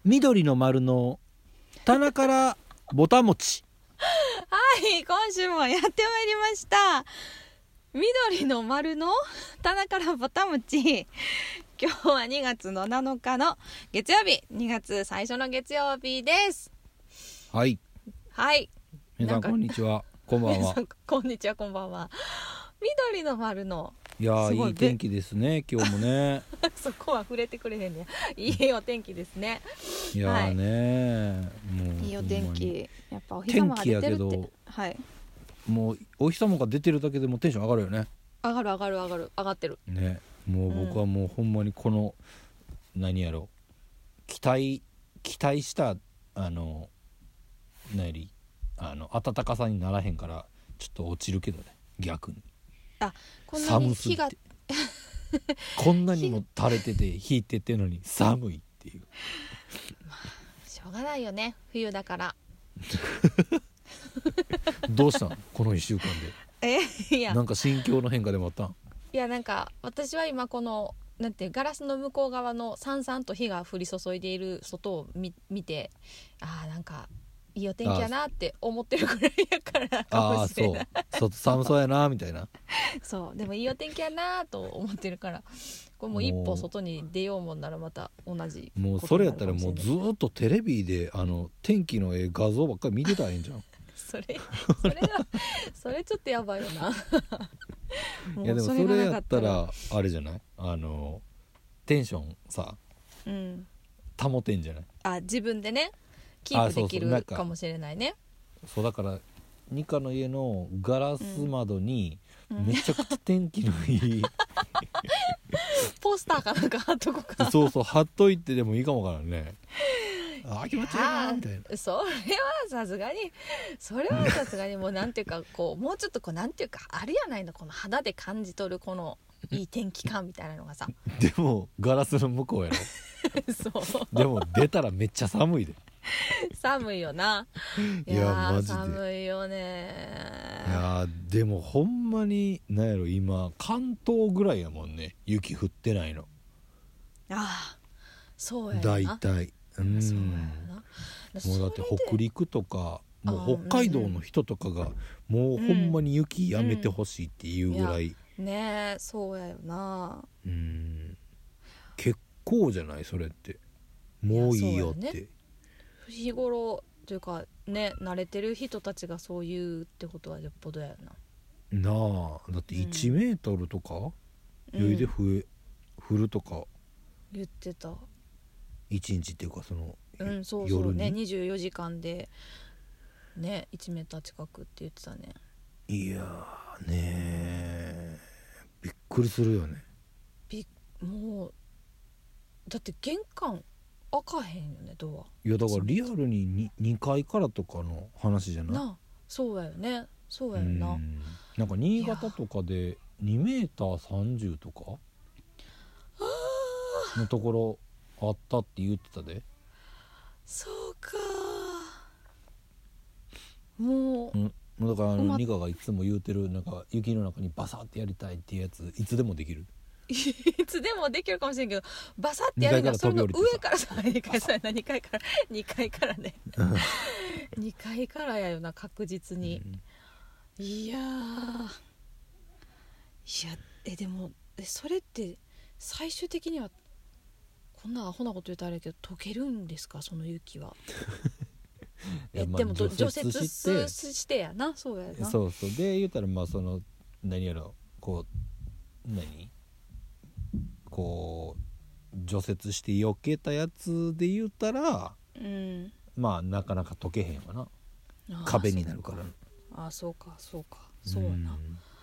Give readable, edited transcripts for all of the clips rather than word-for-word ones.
緑の丸の棚からぼたもち。 はい、今週もやってまいりました。緑の丸の棚からぼたもち。今日は2月の7日の月曜日、2月最初の月曜日です。 はいはい、 皆さんこんにちは、こんばんは。 こんにちは、こんばんは。緑の丸の、 いやーいい天気ですね今日もね。 そこは触れてくれへんね。いいお天気ですね。 いやーね、もういいお天気。やっぱお日様が出てるって。 天気やけど、 はい。 もうお日様が出てるだけでもテンション上がるよね。 上がる上がる上がる、上がってるね。もう僕はもうほんまにこの、何やろ、期待した何やり暖かさにならへんからちょっと落ちるけどね、逆に。 こんなに日がこんなにも垂れてて引いててのに寒いっていう。 しょうがないよね、冬だからどうしたんこの1週間で。 いやなんか心境の変化でもあったん？ いや、なんか私は今このなんてガラスの向こう側のさんさんと日が降り注いでいる外を見て、なんかいいお天気やなって思ってるくらいやからかもしれない。 そう寒そうやなみたいな。 そうでもいいお天気やなと思ってるから、これもう一歩外に出ようもんならまた同じことになるかもしれない。 もうそれやったらもうずっとテレビで天気の画像ばっかり見てたらええんじゃん。 それちょっとやばいよな。 いやでもそれやったらあれじゃない、テンションさ、保てんじゃない？ 自分でねキープできるかもしれないね。 そうだからニカの家のガラス窓にめちゃくちゃ天気のいい、 ポスターかなんか貼っとこうか。 そう貼っといてでもいいかもわからんね。気持ちいいなみたいな。 それはさすがにもうなんていうかこうもうちょっとこうなんていうかあるやないの、この肌で感じ取るこのいい天気感みたいなのがさ。 でもガラスの向こうやろ。 そうでも出たらめっちゃ寒いで。 寒いよな。 いやマジで寒いよね。 いやでもほんまになんやろ、今関東ぐらいやもんね、雪降ってないの。 そうやな。 大体そうやな。 もうだって北陸とかもう北海道の人とかがもうほんまに雪やめてほしいっていうぐらい、 ねえ、そうやよな。 結構じゃないそれって。もういいよって、 日頃というかね、慣れてる人たちがそう言うってことはよっぽどやよなあ。だって1メートルとか余裕で降るとか言ってた。 1日っていうかそのそう夜にね、24時間でね1メーター近くって言ってたね。 いやーねびっくりするよね。 もうだって玄関開かへんよね、ドア。 いやだからリアルに 2階からとかの話じゃない？ そうやよね、そうやよな。 なんか新潟とかで2メーター30とかのところあったって言ってたで。 そうか。もう、 だからニカがいつも言うてるなんか雪の中にバサってやりたいっていうやついつでもできる。 いつでもできるかもしれんけど、バサってやるのはそれの上からさ、2階からね2階からやよな、確実に。いやでもそれって最終的にはこんなアホなこと言うとあれやけど溶けるんですか、その雪は。でも除雪してやな。そうやな。 そうで言うたらその何やろこう除雪して避けたやつで言うたら、なかなか溶けへんわな。壁になるから。 そうかそうやな。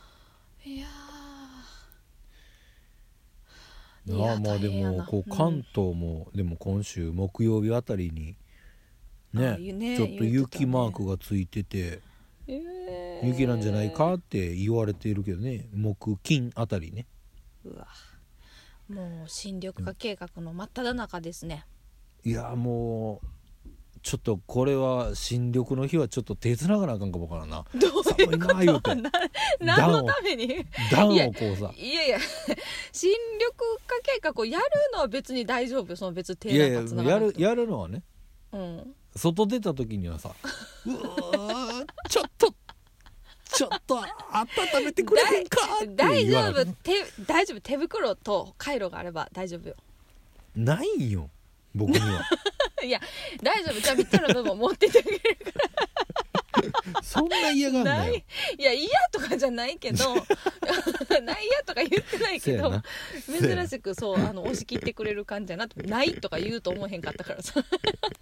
いやでもこう関東もでも今週木曜日あたりにねちょっと雪マークがついてて、雪なんじゃないかって言われているけどね、木金あたりね。 うわ、もう新緑化計画の真っ只中ですね。 いやもうちょっとこれは新緑の日はちょっと手つながなあかんかもわからんな。 どういうこと？ 寒いな言うて何のために暖をこうさ、 いや新緑化計画をやるのは別に大丈夫。その別に手なんかつながなくてもやるのはね、 うん、 外出た時にはさうわちょっと温めてくれへんかって大丈言わな夫大丈夫。手袋とカイロがあれば大丈夫よ。 ないんよ僕には。 いや大丈夫。じゃあ3つの部分を持ってってあげるからそんな嫌がんなよ。 いや嫌とかじゃないけどない嫌とか言ってないけど珍しくそう押し切ってくれる感じじゃなくてないとか言うと思えへんかったからさ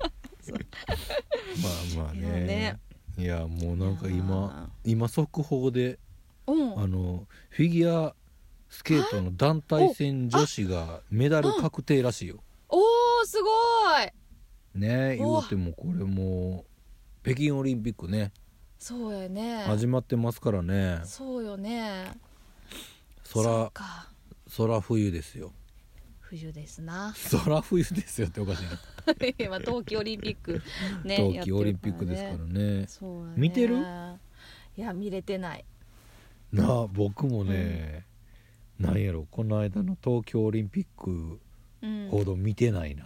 まあね。いやもうなんか今速報で、 うん、 フィギュアスケートの団体戦女子がメダル確定らしいよ。 おーすごいね。言うてもこれも北京オリンピックね、 そうやね、 始まってますからね。 そうよね。 そら冬ですよ。 冬ですな。 そら冬ですよっておかしいな今冬季オリンピックね、 冬季オリンピックですからね。 そうやね。 見てる？ いや見れてないなあ僕もね、なんやろこの間の東京オリンピックほど見てないな。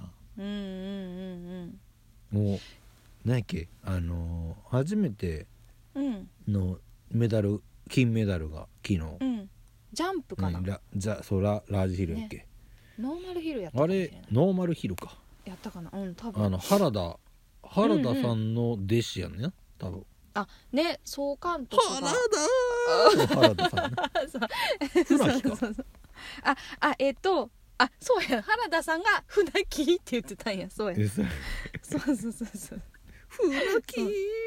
もう何やっけ初めての金メダルが昨日、 ジャンプかな、 ラージヒルやっけ、 ノーマルヒルやったかもしれない。 あれノーマルヒルかやったかな、多分原田さんの弟子やんね多分。 ね、総監督が原田さんね船木かそうや、原田さんが船木って言ってたんや。そうやそう船木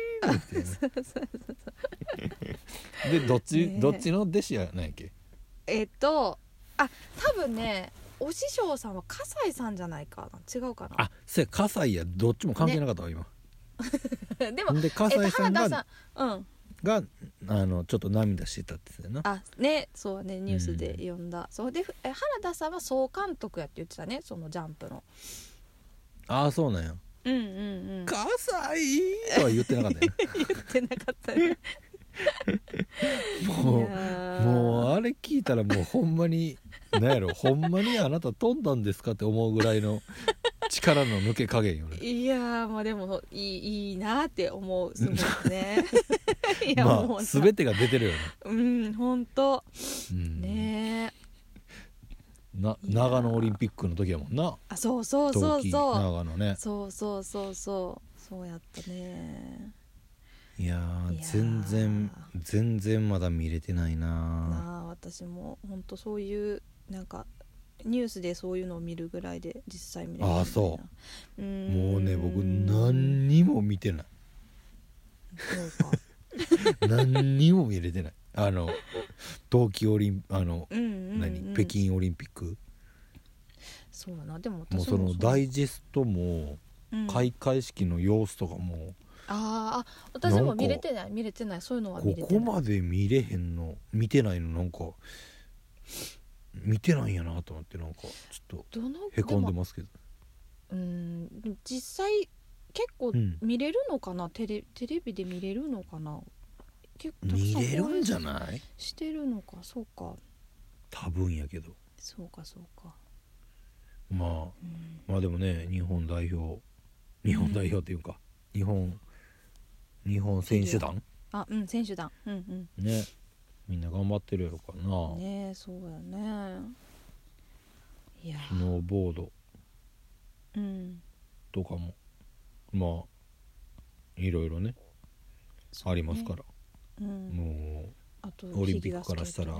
でどっちの弟子やないっけ。 多分ねお師匠さんは笠井さんじゃないかな。違うかな。 そうや笠井や。どっちも関係なかったわ、今でも笠井さんが、 原田さんちょっと涙してたって言ってたな。 そうね、ニュースで読んだ。そうで原田さんは総監督やって言ってたね、そのジャンプの。 そうなんや。笠井とは言ってなかったよ言ってなかったねもうあれ聞いたらもうほんまに何やろほんまにあなた飛んだんですかって思うぐらいの力の抜け加減よね。 いやでもいいなって思う。すごいねいやもう全てが出てるよね。 ほんとね。 長野オリンピックの時やもんな。 そう長野ね。 そうやったね。 いや全然まだ見れてないな。 私も本当そういうなんかニュースでそういうのを見るぐらいで実際見れないな。 そうもうね僕何にも見てないそうか何にも見れてない。冬季オリン北京オリンピック。 そうやな。でももうそのダイジェストも開会式の様子とかも私も見れてないそういうのは見れてない。 ここまで見てないのなんか見てないんやなと思って、なんかちょっとへこんでますけど。 実際結構見れるのかな、テレビで見れるのかな。 見れるんじゃない？ してるのか。そうか多分やけど。 そうかまあでもね日本代表っていうか日本選手団選手団ねみんな頑張ってるやろからな。 ねそうやね。いやスノーボードとかもまあいろいろねありますから、もうオリンピックからしたら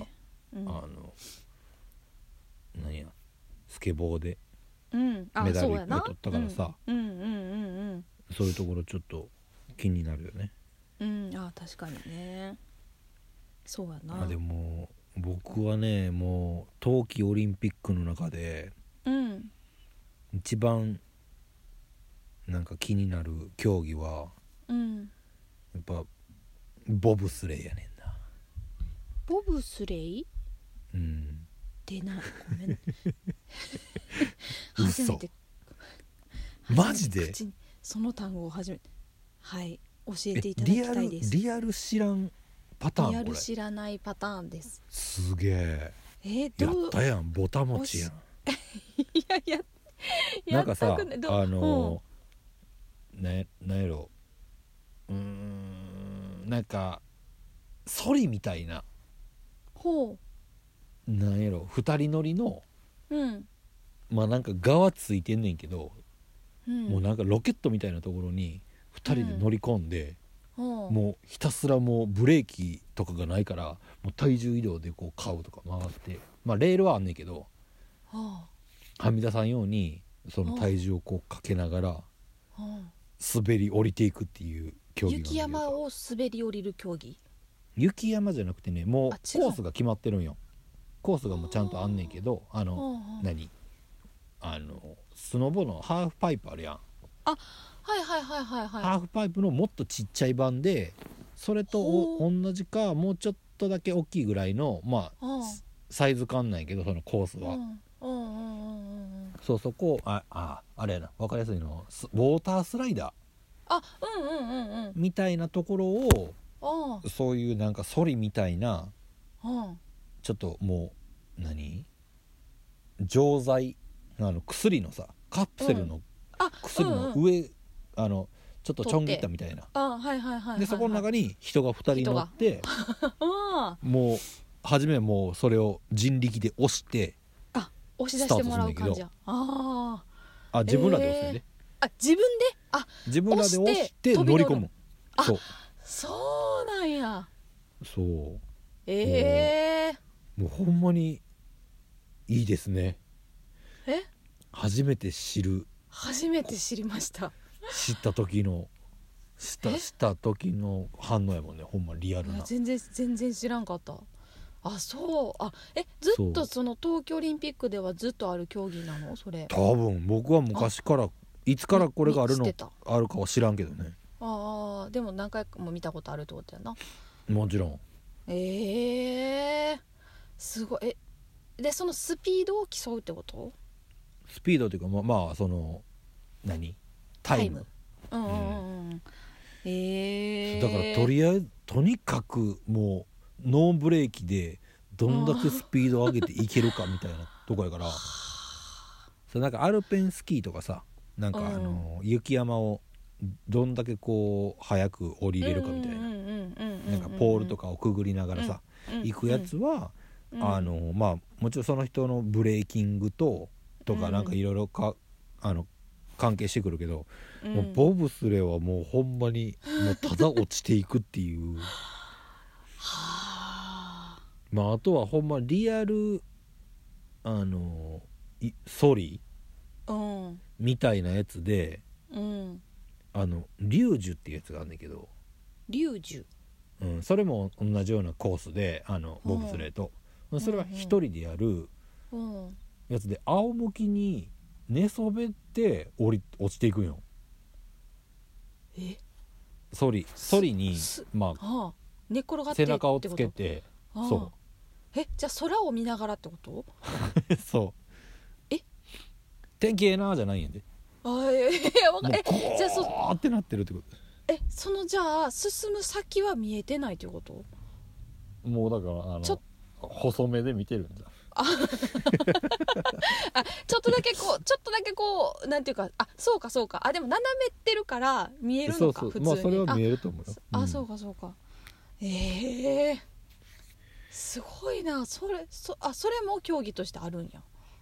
何やスケボーでメダルいっぱい取ったからさ、そういうところちょっと気になるよね。 確かにね。そうやな。 でも僕はねもう冬季オリンピックの中で一番なんか気になる競技はやっぱボブスレーやねんな。 ボブスレーでごめん嘘マジでその単語を教えていただきたいです。 リアル知らんパターン。 リアル知らないパターンです。 すげえ。やったやん、ぼたもちやん。なんかさ、なんやろ、なんかソリみたいな、なんやろ、二人乗りの、まあなんか側ついてんねんけど、もうなんかロケットみたいなところに二人で乗り込んで、もうひたすらもうブレーキとかがないから、もう体重移動でこうカウとか回って、まあレールはあんねんけど、はみ出さんようにその体重をこうかけながら滑り降りていくっていう競技が。 雪山を滑り降りる競技。 雪山じゃなくてね、もうコースが決まってるんよ。コースがもうちゃんとあんねんけど、スノボのハーフパイプあるやん。ハーフパイプのもっとちっちゃい版で、それと同じかもうちょっとだけ大きいぐらいの、まあサイズ感なんやけど、そのコースは、そこあれやな、分かりやすいの、ウォータースライダーみたいなところを、そういうなんかソリみたいな、ちょっともう錠剤、薬のさ、カプセルの薬の上、ちょっとちょん切ったみたいな、でそこの中に人が2人乗ってもう初めはもうそれを人力で押して押し出してもらう感じや。 自分らで押すんで、自分らで押して乗り込む。 そうなんや。 そう、もうほんまにいいですね。初めて知りました。知った時の反応やもんね、ほんまリアルな。 全然知らんかった。そう。ずっとその冬季オリンピックではずっとある競技なの、それ。 多分僕は昔から、いつからこれがあるかは知らんけどね。 でも何回も見たことあるってことやな。 もちろん。 すごい。でそのスピードを競うってこと？ スピードっていうか、まあそのタイム。だからとにかくもうノーブレーキでどんだけスピードを上げていけるかみたいなとこやから、なんかアルペンスキーとかさ、なんか雪山をどんだけこう早く降りれるかみたいな、なんかポールとかをくぐりながらさ行くやつは、まあもちろんその人のブレーキングとかなんかいろいろ関係してくるけど、もうボブスレーはもうほんまにもうただ落ちていくっていうまああとはほんまリアルソリみたいなやつで、リュージュっていうやつがあるんだけど、 リュージュ、それも同じようなコースでボブスレーと、それは一人でやるやつで、仰向きに寝そべって落ちていくんよ。ソリに寝転がって背中をつけて、そう、 じゃあ空を見ながらってこと？ そう天気ええなーじゃないんやで。 じゃあこうってなってるってこと。 そのじゃあ進む先は見えてないってこと？ もうだから細目で見てるんだ。 ちょっとだけこうなんていうか、そうかでも斜めってるから見えるのか。普通にそれは見えると思うよ。 そうかすごいな。それも競技としてあるんや。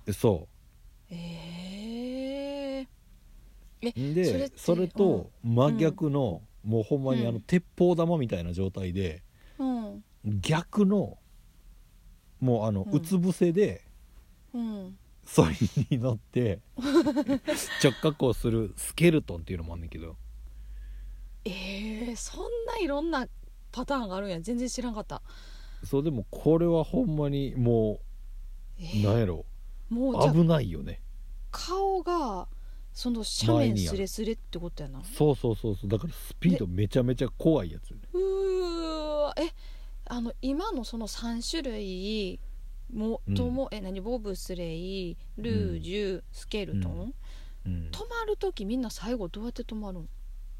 でそれと真逆の、もうほんまに鉄砲玉みたいな状態で、逆のもううつ伏せで、ソリに乗って直下降するスケルトンっていうのもあんねんけど、 そんないろんなパターンがあるんや。全然知らんかった。 でもこれはほんまにもう、なんやろ、もう危ないよね。 顔がその斜面スレスレってことやな。 そうだからスピードめちゃめちゃ怖いやつ。 今のその3種類もボブスレイ、ルージュ、スケルトンうん、 泊まる時みんな最後どうやって泊まるん？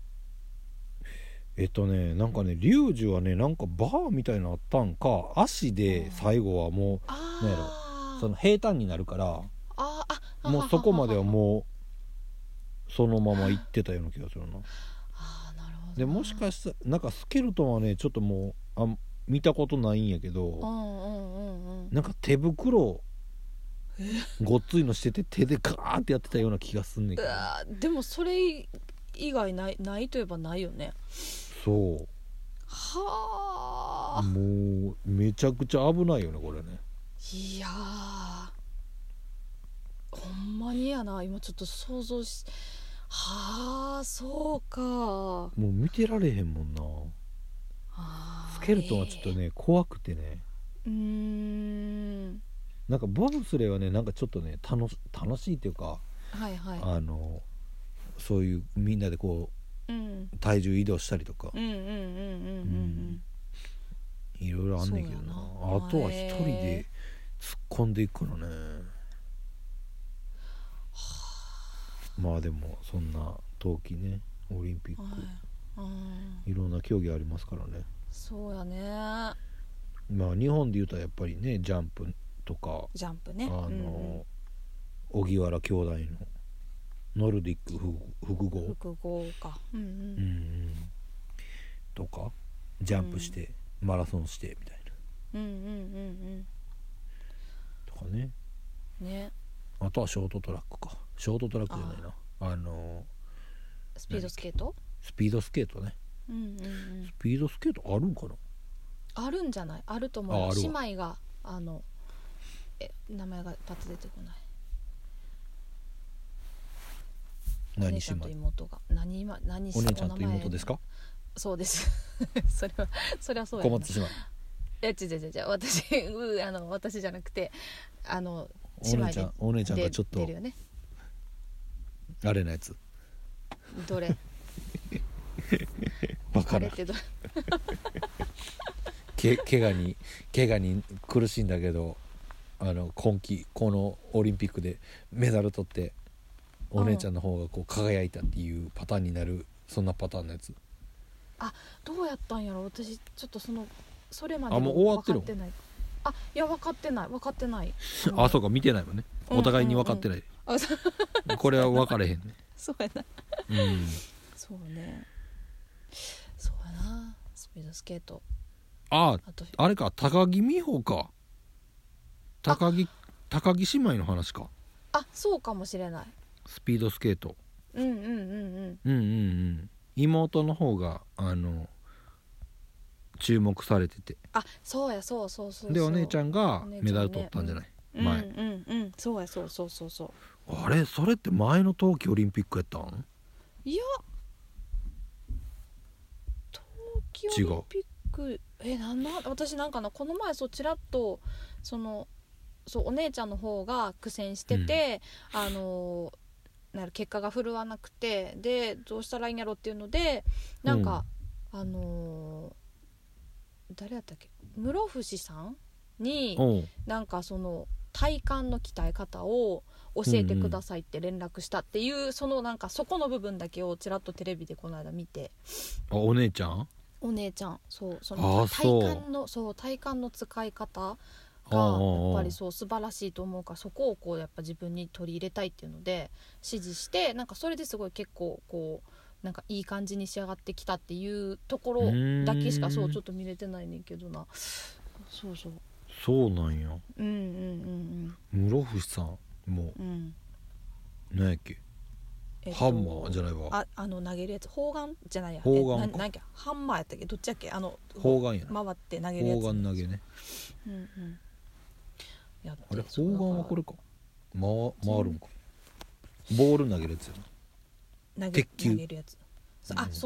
なんかねリュージュはねなんかバーみたいなのあったんか、足で最後はもうなんやろその平坦になるからもうそこまではもうそのまま行ってたような気がするな。 なるほど。 でもしかしたらなんかスケルトンはねちょっともう見たことないんやけど、なんか手袋ごっついのしてて手でガーってやってたような気がすんねんけど、 でもそれ以外ないといえばないよね。 そうはあ、 もうめちゃくちゃ危ないよねこれね。 いやほんまにやな、今ちょっと想像し、はあそうか、もう見てられへんもんな。スケルトンはちょっとね、怖くてね。なんかボブスレーはねなんかちょっとね楽しいっていうか、 はいはい、 そういうみんなでこう、体重移動したりとかいろいろあんねんけどな。あとは一人で突っ込んでいくのね。まあでもそんな冬季ねオリンピック、いろんな競技ありますからね。 そうやね。 まあ日本でいうとやっぱりねジャンプとかジャンプね、 荻原兄弟のノルディック複合か、 とかジャンプして、マラソンしてみたいな、とかね。あとはショートトラックか、ショートトラックじゃないな、 スピードスケート、 スピードスケートね、スピードスケートあるんかな。 あるんじゃない？あると思う。姉妹が名前がパッと出てこない。 何姉妹？ お姉ちゃんと妹がお姉ちゃんと妹ですか？ そうですそれはそうやな。 小松姉妹。 違う私じゃなくて姉妹でお姉ちゃんとちょっと出るよね。 あれのやつどれ分からん怪我に苦しんだけど今季このオリンピックでメダル取ってお姉ちゃんの方がこう輝いたっていうパターンになる、そんなパターンのやつ。 どうやったんやろ。私ちょっとそれまでもう終わってる。 いや分かってないそうか見てないもんね、お互いに分かってない、これは分かれへんねそうやなそうね、そうやな。スピードスケート、 あれか、高木美帆か、高木姉妹の話か。 そうかもしれない。 スピードスケート、妹の方が注目されてて、 そうや、そうでお姉ちゃんがメダル取ったんじゃない、前。 そうや、そうあれそれって前の冬季オリンピックやったん？ いや冬季オリンピック私なんかな、この前ちらっとお姉ちゃんの方が苦戦してて、結果が振るわなくて、でどうしたらいいんやろっていうのでなんか、誰やったっけ、室伏さんになんか体幹の鍛え方を教えてくださいって連絡したっていう、なんかそこの部分だけをちらっとテレビでこの間見て。 お姉ちゃんそう体幹の使い方がやっぱり素晴らしいと思うから、そこをやっぱ自分に取り入れたいっていうので指示して、なんかそれですごい結構なんかいい感じに仕上がってきたっていうところだけしかちょっと見れてないねんけどな。 そうなんや。室伏さんも何やっけ、ハンマーじゃないわ、 投げるやつ、砲丸じゃないや、 砲丸か、 なんかハンマーやったっけ、どっちやっけ、 砲丸やな、 回って投げるやつ、 砲丸投げね。 やってあれ砲丸はこれか、回るんか、ボール投げるやつやな、鉄球投げるやつ、そう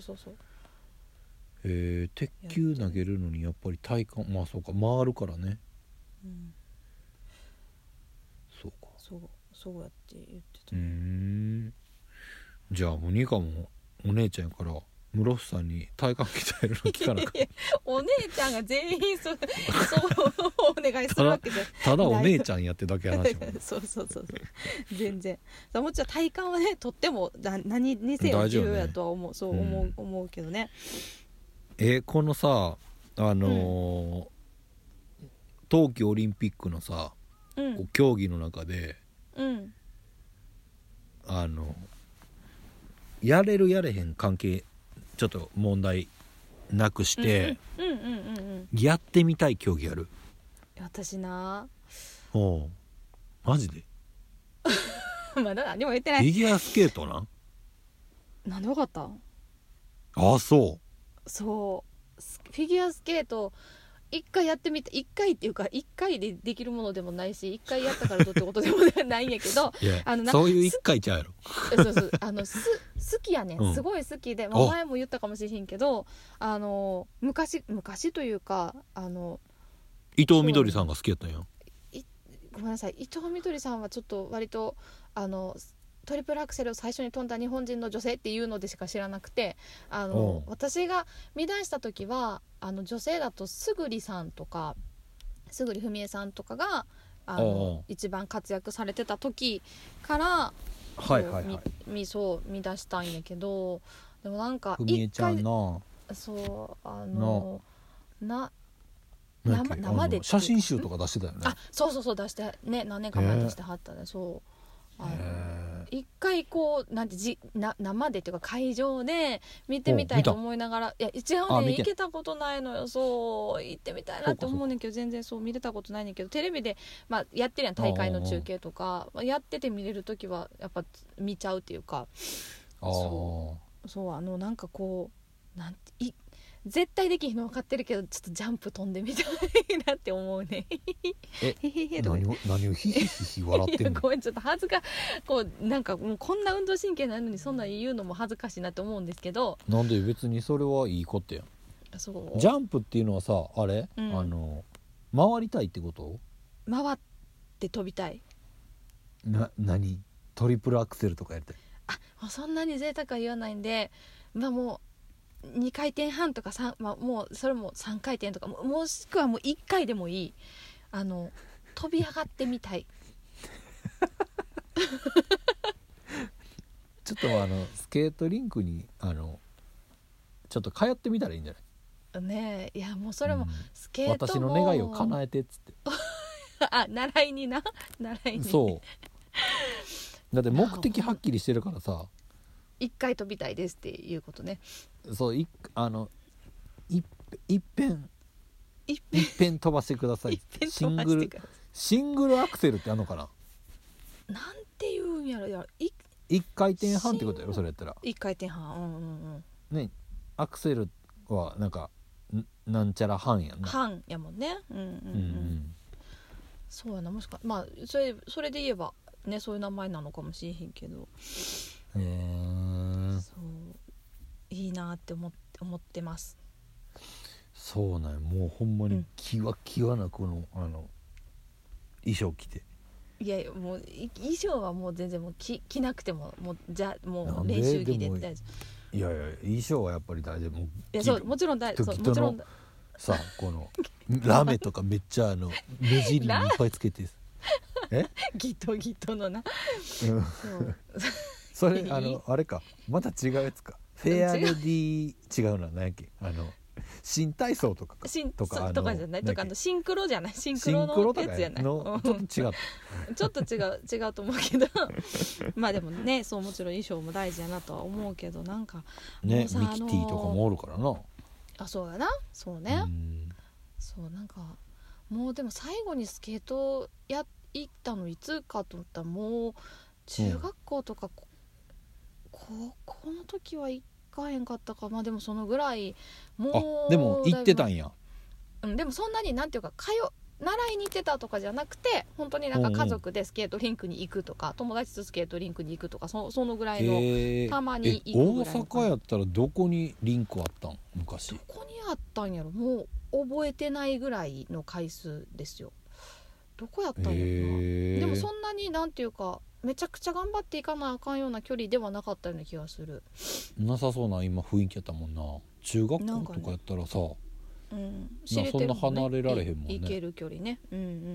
鉄球投げるのにやっぱり体幹、そうか回るからね、そうか、 そうやって言ってた。 じゃあモニカもお姉ちゃんやから室伏さんに体幹鍛えるの聞かなかったお姉ちゃんが全員そうお願いするわけじゃただお姉ちゃんやってだけ話もそう全然もちろん体幹はねとっても何にせよ重要やとは思う、そう思うけどね。 このさ冬季オリンピックのさ、競技の中で、やれるやれへん関係ちょっと問題なくして、やってみたい競技ある？ 私な。 マジでまだ何も言ってない。 フィギュアスケートなんでわかった？ そうフィギュアスケート一回やってみた。一回っていうか一回でできるものでもないし、一回やったからどうってことでもないんやけどそういう一回ちゃうやろそう好きやねん、すごい好きで、前も言ったかもしれへんけど昔というか伊藤みどりさんが好きやったんや。 ごめんなさい、伊藤みどりさんはちょっと割とトリプルアクセルを最初に飛んだ日本人の女性っていうのでしか知らなくて、私が見出した時は女性だとすぐりさんとかすぐりふみえさんとかが一番活躍されてた時から見出したんやけど、でもなんかふみえちゃんな、 生で写真集とか出してたよね。 そう出してね、何年か前出してはったね。一回こうなんて生でっていうか会場で見てみたいと思いながら、一応ね行けたことないのよ。行ってみたいなって思うねんけど、全然見れたことないねんけど、テレビで、やってるやん、大会の中継とかやってて見れる時はやっぱ見ちゃうっていうか、なんかこうなんて絶対できひんの分かってるけど、ちょっとジャンプ飛んでみたいなって思うね何をヒヒヒ笑ってんのごめん、ちょっと恥ずかこうなんかもうこんな運動神経ないのにそんなん言うのも恥ずかしいなと思うんですけど。 なんで別にそれはいいことやん。ジャンプっていうのはさ回りたいってこと？ 回って飛びたい。 何トリプルアクセルとかやりたい？ そんなに贅沢は言わないんで、もう2回転半とかもうそれも3回転とか もしくはもう1回でもいい、飛び上がってみたいちょっとスケートリンクにちょっと通ってみたらいいんじゃないねえ。いやもうそれもスケートも私の願いを叶えてっつって習いにそうだって目的はっきりしてるからさ、 一回飛びたいですっていうことね。 そういっぺん飛ばしてください。シングルアクセルってあるのかな。 なんていうんやろ。 一回転半ってことやろ、それやったら。 一回転半、 ね、アクセルはなんかなんちゃら半やんな。 半やもんね。そうやな。もしかそれで言えばね、そういう名前なのかもしれへんけど、そういいなって思ってます。 そうなんや。もうほんまにキワキワなこの衣装着て、 いやもう衣装はもう全然もう着なくてももう練習着で大丈夫。いや衣装はやっぱり大丈夫。 そうもちろん大丈夫。もちろんさこのラメとかめっちゃ目尻にいっぱいつけてギトギトのなそれあれか、また違うやつか。フェアレディ違うな、何やっけ、新体操とかじゃないとかシンクロじゃない、シンクロのやつじゃない、 ちょっと違ったちょっと違うと思うけどでもね、そうもちろん衣装も大事やなとは思うけど、なんかね、ミキティとかもおるからな。 そうやな、そうね、そうなんかもうでも最後にスケート行ったのいつかと思ったら、もう中学校とか高校の時は行かへんかったか。でもそのぐらいもうでも行ってたんや。 でもそんなになんていうか習いに行ってたとかじゃなくて、本当になんか家族でスケートリンクに行くとか、友達とスケートリンクに行くとか、そのぐらいの、たまに行くぐらいの。 大阪やったらどこにリンクあったん昔？ どこにあったんやろ、もう覚えてないぐらいの回数ですよ。どこやったんやろな。でもそんなになんていうかめちゃくちゃ頑張っていかなあかんような距離ではなかったような気がする。 なさそうな今雰囲気やったもんな。中学校とかやったらさ、 知れてるもんね、 そんな離れられへんもんね。 行ける距離ね。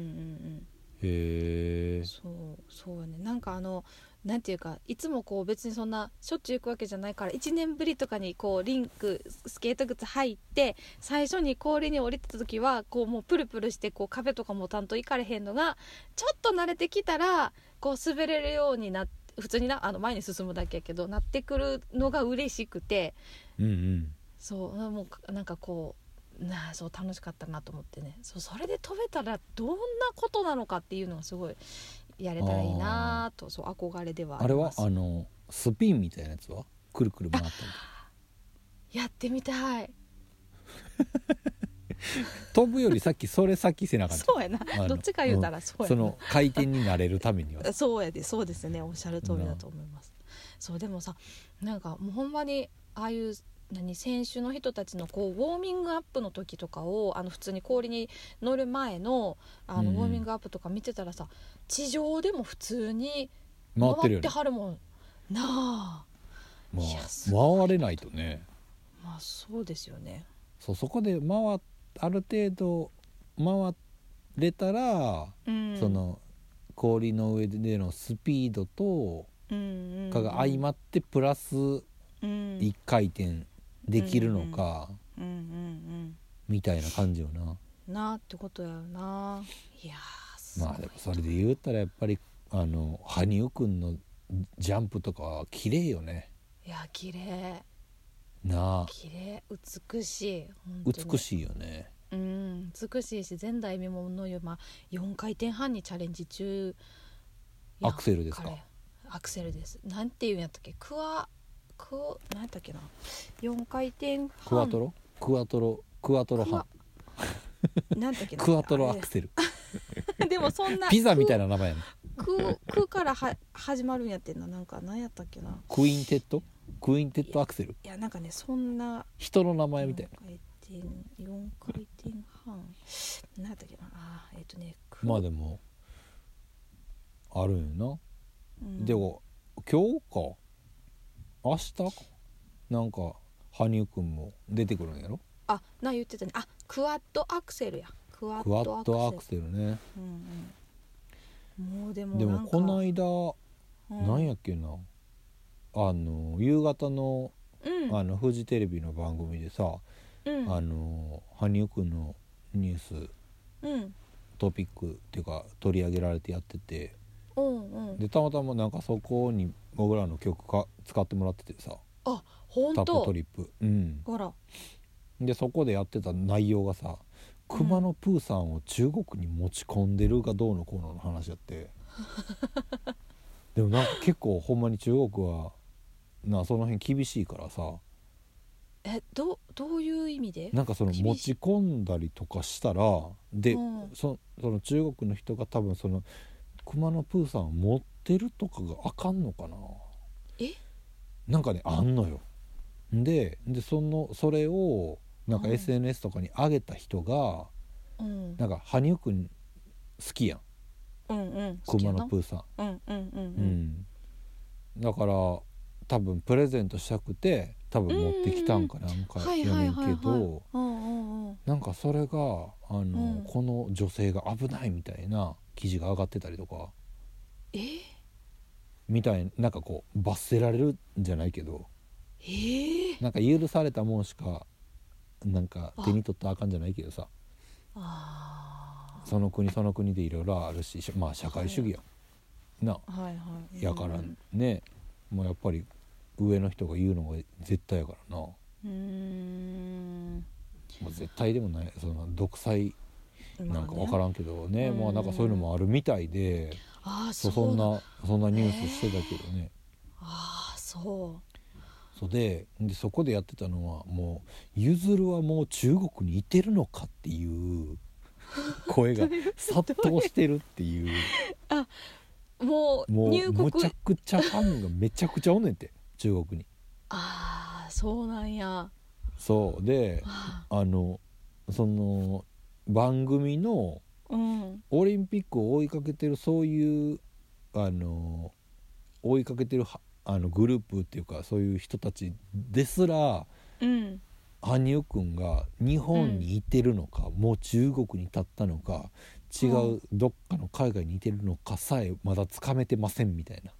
へえ。 そうやね。なんかなんていうか、いつもこう別にそんなしょっちゅう行くわけじゃないから、1年ぶりとかにこうリンクスケート靴履いて最初に氷に降りた時はこうもうプルプルしてこう壁とかも担当行かれへんのが、ちょっと慣れてきたらこう滑れるようになって、普通に前に進むだけやけどなってくるのが嬉しくて、そうもうなんかこうそう楽しかったなと思ってね。それで飛べたらどんなことなのかっていうのがすごいやれたらいいなと、そう憧れではあります。 あれはスピンみたいなやつはくるくる回ったりやってみたい。 飛ぶより先せなかった。 そうやな、どっちか言うたらそうやな、 その回転になれるためにはそうですね、おっしゃる通りだと思います。そうでもさ、なんかもうほんまにああいう選手の人たちのこうウォーミングアップの時とかを普通に氷に乗る前のウォーミングアップとか見てたらさ、地上でも普通に回ってはるもんなあ。 回れないとね。 まあそうですよね。 そこである程度回れたら、その氷の上でのスピードとかが相まってプラス1回転できるのかみたいな感じよなってことやな。いやまあでもそれで言ったらやっぱり羽生くんのジャンプとかは綺麗よね。 いや綺麗なあ、 綺麗、美しい、 美しいよね。 美しいし、前代未聞の4回転半にチャレンジ中。 アクセルですか？ アクセルです。なんていうんやったっけ、なんやったっけな、4回転半クワトロ半なんだっけなクワトロアクセルでもそんなピザみたいな名前やね。 クから始まるんやってんな。なんか何やったっけな、 クインテッドアクセル。 いやなんかね、そんな人の名前みたいな。 4回転半何やったっけな。 まあでもあるんよな、でも今日か明日かなんか羽生くんも出てくるんやろ。 言ってたね。クワッドアクセルや。クワッドアクセルね。 もうでもこの間、なんやっけな、夕方の、フジテレビの番組でさ、羽生くんのニュース、トピックっていうか取り上げられてやってて、でたまたまなんかそこに僕らの曲使ってもらっててさ、 本当タップトリップ、 ほらでそこでやってた内容がさ、くまのプーさんを中国に持ち込んでるがどうのこうのの話やってでもなんか結構ほんまに中国はその辺厳しいからさ、 どういう意味でなんかその持ち込んだりとかしたらで、その中国の人が多分そのくまのプーさんを持ってるとかがあかんのかな。なんかねあんのよ。でそれをなんか SNS とかに上げた人が、なんか羽生くん好きやん、くまのプーさん、だから多分プレゼントしたくて多分持ってきたんかなんかやねんけど、なんかそれがこの女性が危ないみたいな記事が上がってたりとか、みたいなんかこう罰せられるんじゃないけど、なんか許されたもんしかなんか手に取ったらあかんじゃないけどさ、その国でいろいろあるし、まあ社会主義やな、やからね、もうやっぱり上の人が言うのが絶対やからな。もう絶対でもない、その独裁なんか分からんけどね、まあなんかそういうのもあるみたいで、そんなニュースしてたけどね。そうでそこでやってたのは、もうゆずるはもう中国にいてるのかっていう声が殺到してるっていうもう入国むちゃくちゃファンがめちゃくちゃおんねんて中国に。 そうなんや。 そうでその番組のオリンピックを追いかけてるそういう追いかけてるグループっていうかそういう人たちですら、 うん、 羽生くんが日本にいてるのか、もう中国に立ったのか違うどっかの海外にいてるのかさえまだつかめてませんみたいな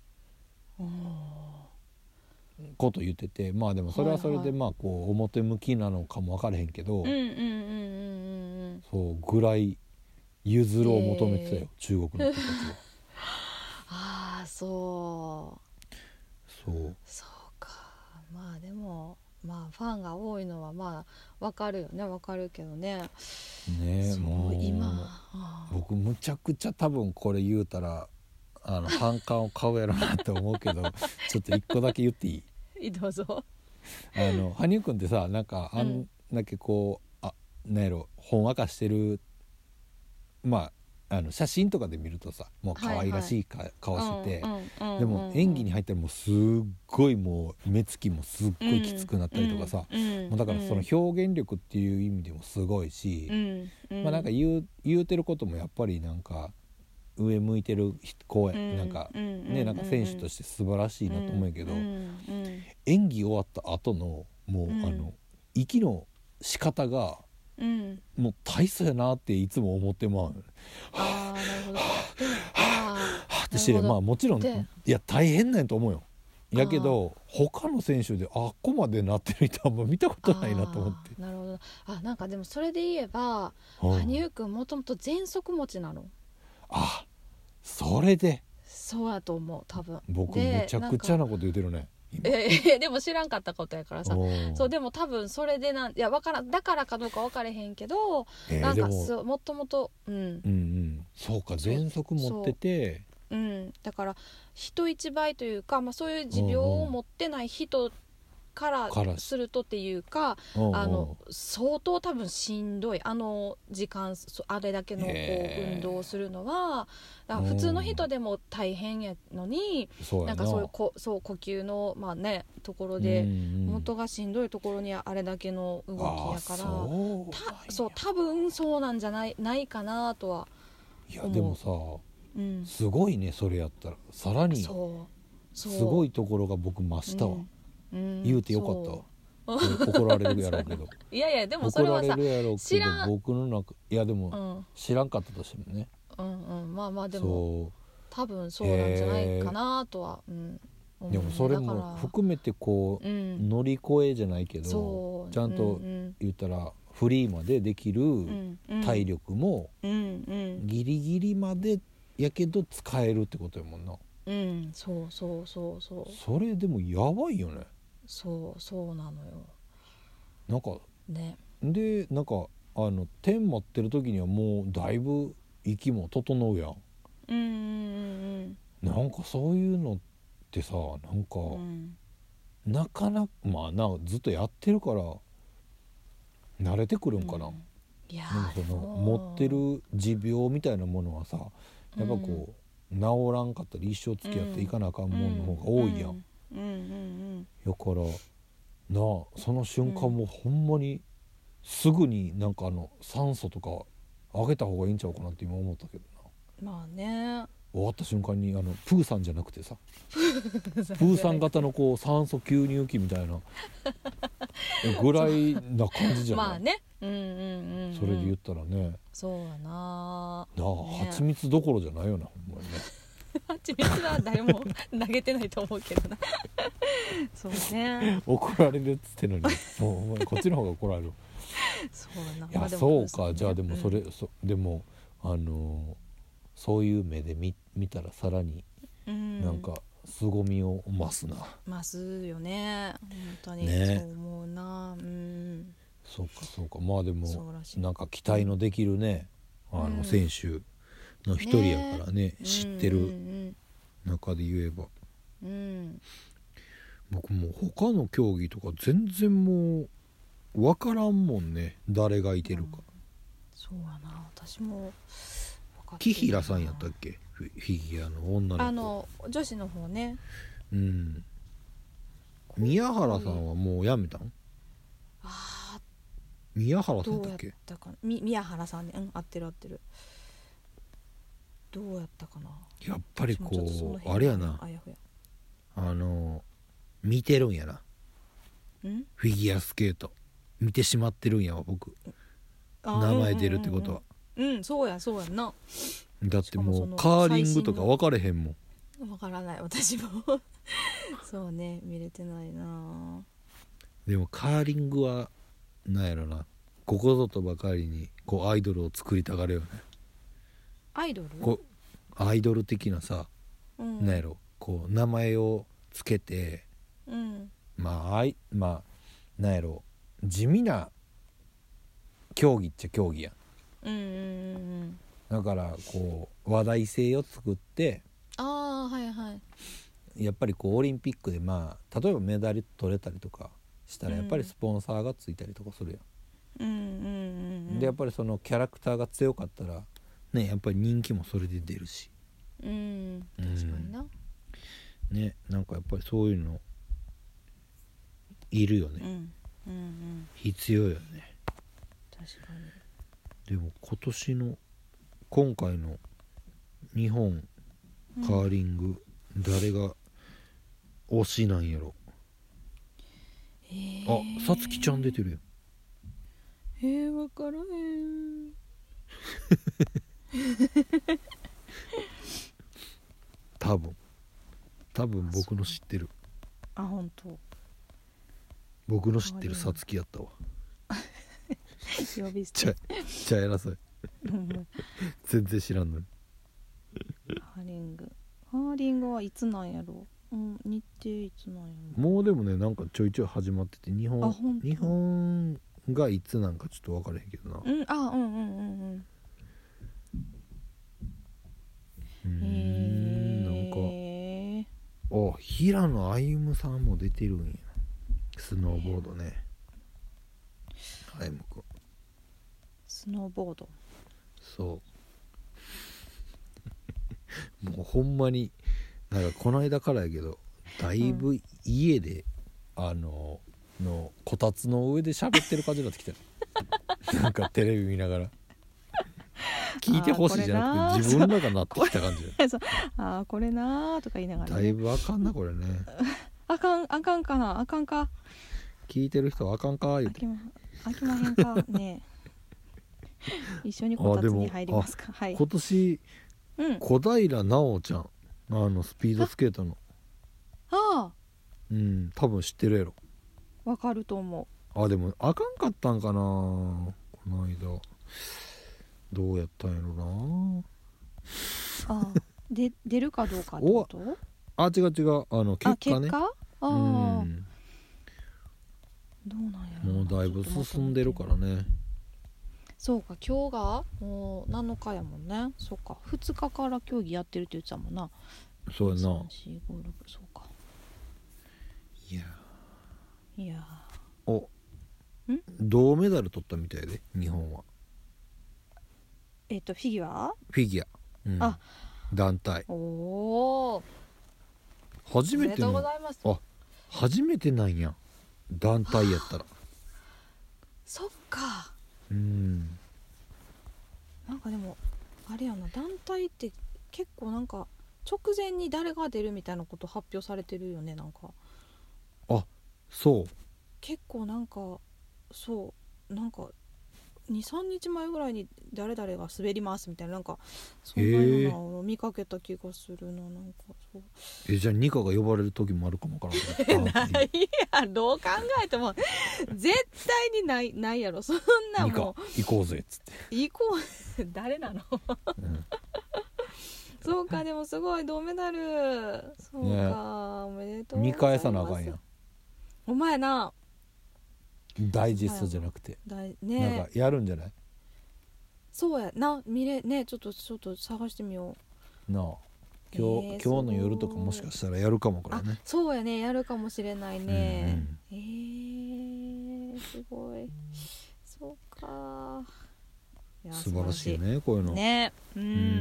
こと言ってて、まあでもそれはそれでまあこう表向きなのかも分からへんけど、そうぐらい譲るを求めてたよ、中国の人たちは。 ああそうそうか。まあでもまあファンが多いのはまあ分かるよね、分かるけどね。 ね、もう今僕むちゃくちゃ多分これ言うたら反感を買うやろなと思うけどちょっと一個だけ言っていい？ どうぞ。 羽生くんってさ、なんかあんだけこう、なんやろ、ほんわかしてる、まあ写真とかで見るとさもう可愛らしい顔してて、でも演技に入ったらもうすっごいもう目つきもすっごいきつくなったりとかさ、もうだからその表現力っていう意味でもすごいし、まあなんか言うてることもやっぱりなんか上向いてる子や、なんかね、なんか選手として素晴らしいなと思うんやけど、演技終わった後のもう息の仕方がもう大差やなっていつも思ってまう。 ああなるほど。 ってしてまあもちろんいや大変なんやと思うよ。やけど他の選手であっこまでなってる人はもう見たことないなと思って。 なるほど。なんかでもそれで言えば羽生くんもともと喘息持ちなの。 それでそうやと思う多分。 僕めちゃくちゃなこと言ってるね。 でも知らんかったことやからさ。そうでも多分それでいや分からん、だからかどうか分かれへんけど、なんかもともとそうか喘息持ってて、 だから人一倍というか、まあ、そういう持病を持ってない人からするとっていうか、相当多分しんどい時間あれだけのこう運動をするのはだから普通の人でも大変やのに、なんかそういう呼吸のまあねところで元がしんどいところにあれだけの動きやから、多分そうなんじゃないかなとは思う。 いやでもさ、すごいね、それやったらさらにすごいところが僕増したわ。言うてよかったわ。怒られるやろうけどいやいやでもそれはさ怒られるやろうけど僕の中いやでも知らんかったとしてもね、 まあまあでも多分そうなんじゃないかなとは、 でもそれも含めてこう、乗り越えじゃないけどちゃんと言ったらフリーまでできる体力もギリギリまでやけど使えるってことやもんな。 そうそれでもやばいよね。 そうなのよ。 なんかねでなんか点待ってる時にはもうだいぶ息も整うやん。なんかそういうのってさ、なんか、なかなかまあずっとやってるから慣れてくるんかな。 いやでもその持ってる持病みたいなものはさ、やっぱこう、治らんかったり一生付き合っていかなあかんもんの方が多いやん。だからその瞬間もほんまにすぐになんか酸素とか上げた方がいいんちゃうかなって今思ったけどな。まあね終わった瞬間にプーさんじゃなくてさプーさん型のこう酸素吸入器みたいなぐらいな感じじゃない。 まあねそれで言ったらね、 そうやな蜂蜜どころじゃないよなほんまにね。 蜂蜜は誰も投げてないと思うけどなそうね怒られるっつってのにもうこっちの方が怒られるそうな。 いやそうか、じゃあでもそれ、でもそういう目で見たらさらになんか凄みを増すな。 増すよね本当に、そう思うな。 そうかまあでもなんか期待のできるね選手の一人やからね、知ってる中で言えば、僕もう他の競技とか全然もう分からんもんね、誰がいてるか。 そうやな、私も木平さんやったっけ、フィギュアの女の子、女子の方ね。 宮原さんはもうやめたん？宮原さんだっけ？ 宮原さんね、合ってる。 どうやったかな。 やっぱりこ私もちょっとそのう辺あれやな、 あやふや見てるんやな、 んフィギュアスケート見てしまってるんやわ僕。名前出るってことは、 そうやそうやんな。 だってもしかもそうのカーリングとか分かれへんもん。 わからない私もそうね、見れてないな。 でもカーリングはなんやろな、ここぞとばかりにこうアイドルを作りたがるよね。 アイドル、 こうアイドル的なさ、 うん、 なんやろ、こう名前をつけて、 うんまあなんやろ、地味な競技っちゃ競技やん。 うんうんうんだからこう話題性を作って、 ああはいはい。 やっぱりこうオリンピックでまあ例えばメダル取れたりとかしたらやっぱりスポンサーがついたりとかするやん、 うんうんうんうんでやっぱりそのキャラクターが強かったらね、やっぱり人気もそれで出るしうん確かにな。 ね、なんかやっぱりそういうのいるよね、 うんうんうん必要よね。 確かでも今回の日本カーリング、誰が推しなんやろ。 に。 あ、さつきちゃん出てるよ。 わからへん。 多分僕の知ってるあ本当。 僕の知ってるさつきやったわ。 呼び捨て。 ちゃ偉そう全然知らんのに。 ハーリングはいつなんやろ。日程いつなんやろ。 もうでもね、なんかちょいちょい始まってて、日本がいつなんかちょっと分からへんけどな。 うんなんか平野歩夢さんも出てるんや。スノーボードね、歩夢くん。 スノーボード。 そうもうほんまになんかこの間からやけど、だいぶ家で、のこたつの上で喋ってる感じになってきてるなんかテレビ見ながら聞いてほしいじゃなくて自分らがなってきた感じこれなーとか言いながら、ね、 だいぶあかんなこれねあかんかな、あかんか、 聞いてる人はあかんか言うて飽きまへんかね一緒にこたつに入りますか。はい。 今年、小平奈緒ちゃん、スピードスケートの多分知ってるやろ。 わかると思う。でもあかんかったんかな、この間。どうやったんやろな。 出るかどうかってこと？ 違う結果ね。 どうなんやろ。 もうだいぶ進んでるからね。 そうか、今日がもう7日やもんね。そうか、2日から競技やってるって言ってたもんな。 そうやな。 3、4、5、6、そうか。いや銅メダル取ったみたいで、日本は。 フィギュア、 団体。初めての。おめでとうございます。初めてなんや、団体やったら。 そっか。なんかでもあれやな、団体って結構なんか直前に誰が出るみたいなこと発表されてるよね。なんかそう結構なんかなんか 2,3 日前ぐらいに誰々が滑りますみたいな、なんかそんなようなのを見かけた気がするな。なんかそうじゃあニカが呼ばれる時もあるかもわからんないや、どう考えても絶対にないやろ、そんなもん。 ニカ行こうぜっつって行こう誰なのそうか、でもすごい銅メダル。そうか、おめでとうございます。 見返さなあかんやん。 お前な、 ダイジェストじゃなくて、なんかやるんじゃない？ そうやな、ね、ちょっと探してみようなあ。今日の夜とかもしかしたらやるかもからね。 そうやね、やるかもしれないね。すごい。そうか、 素晴らしいね、こういうのね。 ほ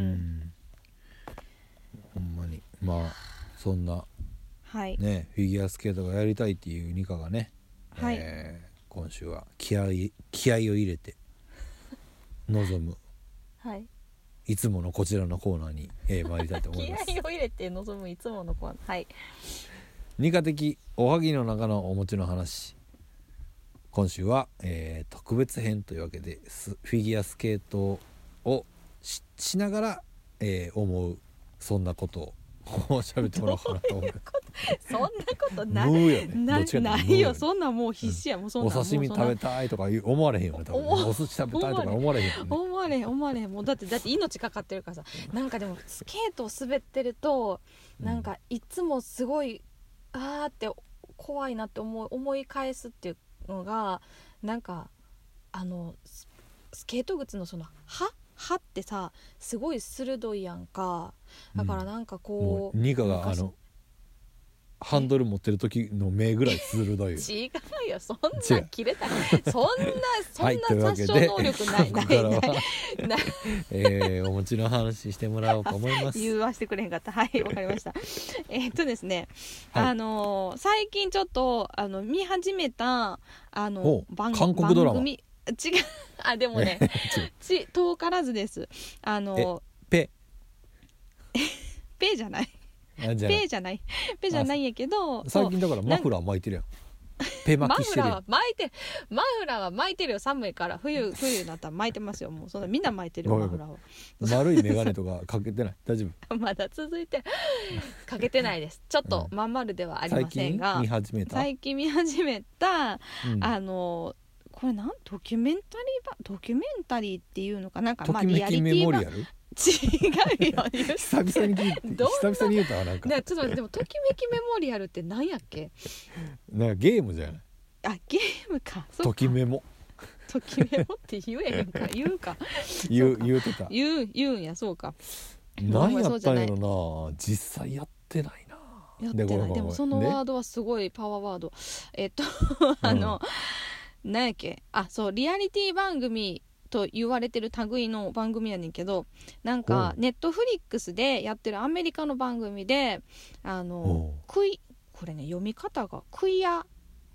んまに。まあそんなね、フィギュアスケートがやりたいっていうニカがね、今週は気合を入れて臨むいつものこちらのコーナーに、参りたいと思います。 気合を入れて臨むいつものコーナー。はい。 二課的おはぎの中のお餅の話。今週は、特別編というわけでフィギュアスケートを しながら、思うそんなことを喋ってもらおうかなと思う。 そんなことない。 ムーよね。 ないよ。そんなもう必死や。もうそんなお刺身食べたいとか思われへんよね。多分お寿司食べたいとか思われへんよね。 思われへん。もうだって命かかってるからさ。なんかでもスケートを滑ってるとなんかいつもすごいあーって怖いなって思い返すっていうのがなんかスケート靴のその歯ってさすごい鋭いやんか。だからなんかこう、 ニカがハンドル持ってる時の目ぐらい鋭いよ。 違うよ、そんな切れたそんな殺傷能力ないお餅の話してもらおうと思います。 言わしてくれへんかった。はい、わかりました。ですね、はい、最近ちょっと見始めた韓国ドラマ違うでもね遠からずです。 ペじゃないペじゃないんやけど、 最近だからマフラー巻いてるやん。ペ巻きしてるやん。 マフラーは巻いてるよ。寒いから冬になったら巻いてますよ。もうそんなみんな巻いてるよマフラーは。 丸いメガネとかかけてない？大丈夫？ まだ続いてかけてないです。ちょっとまん丸ではありませんが、最近見始めた、これドキュメンタリーっていうのかなんか、 ときめきメモリアル？ 違うよ久々に言うたわ。なんかちょっと待って、でもときめきメモリアルって何やっけ？ なんかゲームじゃない？ ゲームか。 ときメモって言えへんか言うか言うてた。 言うんや。そうか。 何やったんやろな。実際やってないな。 やってない。でもそのワードはすごいパワーワード。何やっけ。そうリアリティ番組と言われてる類の番組やねんけど、なんかネットフリックスでやってるアメリカの番組でこれね読み方がクイア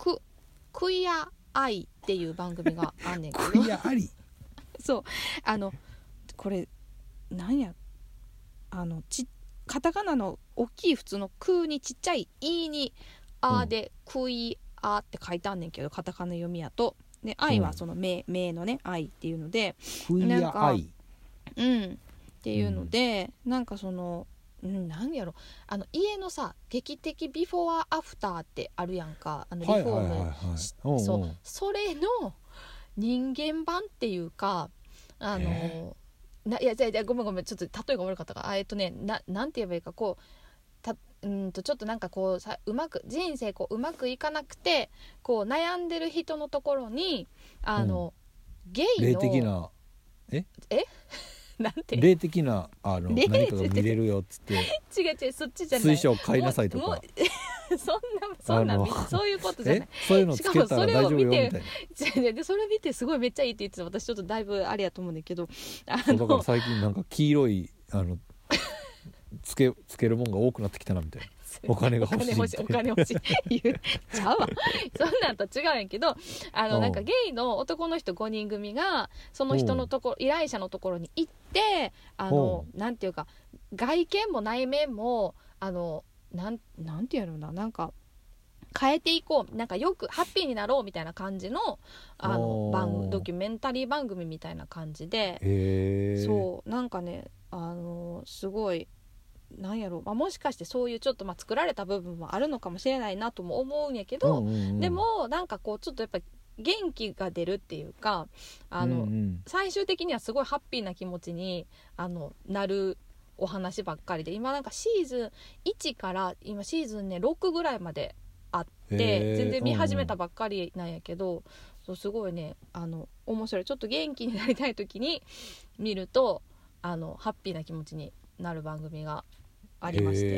アイっていう番組があんねんけどクイアアリそうこれなんやカタカナの大きい普通のクにちっちゃいイにアでクイアって書いてあんねんけど、カタカナ読みやとで愛はその目のね愛っていうのでクイア愛っていうので、なんかそのなんやろ家のさ劇的ビフォーアフターってあるやんか。リフォームそれの人間版っていうかいやごめんちょっと例えが悪かったからなんて言えばいいかこうちょっとなんかこうさ人生うまくいかなくてこう悩んでる人のところにゲイの霊的ななんて霊的な何かが見れるよっつって違うそっちじゃない水晶買いなさいとかそんなそういうことじゃない。 そういうのつけたら大丈夫よみたいな。 でそれ見てすごいめっちゃいいって言ってた。私ちょっとだいぶあれやと思うんだけどだから最近なんか黄色いつけるもんが多くなってきたなみたいな。お金が欲しいお金欲しい言っちゃうわそんなんと違うんやけどなんかゲイの男の人5人組がその人のところ依頼者のところに行ってなんていうか外見も内面もなんていうのなんか変えていこう、なんかよくハッピーになろうみたいな感じのドキュメンタリー番組みたいな感じで、そうなんかねすごいなんやろ、もしかしてそういうちょっと作られた部分もあるのかもしれないなとも思うんやけど、でもなんかこうちょっとやっぱり元気が出るっていうか最終的にはすごいハッピーな気持ちになるお話ばっかりで、今なんかシーズン1から今シーズンね6ぐらいまであって全然見始めたばっかりなんやけど、そうすごいね面白い。ちょっと元気になりたい時に見るとハッピーな気持ちになる番組がありまして、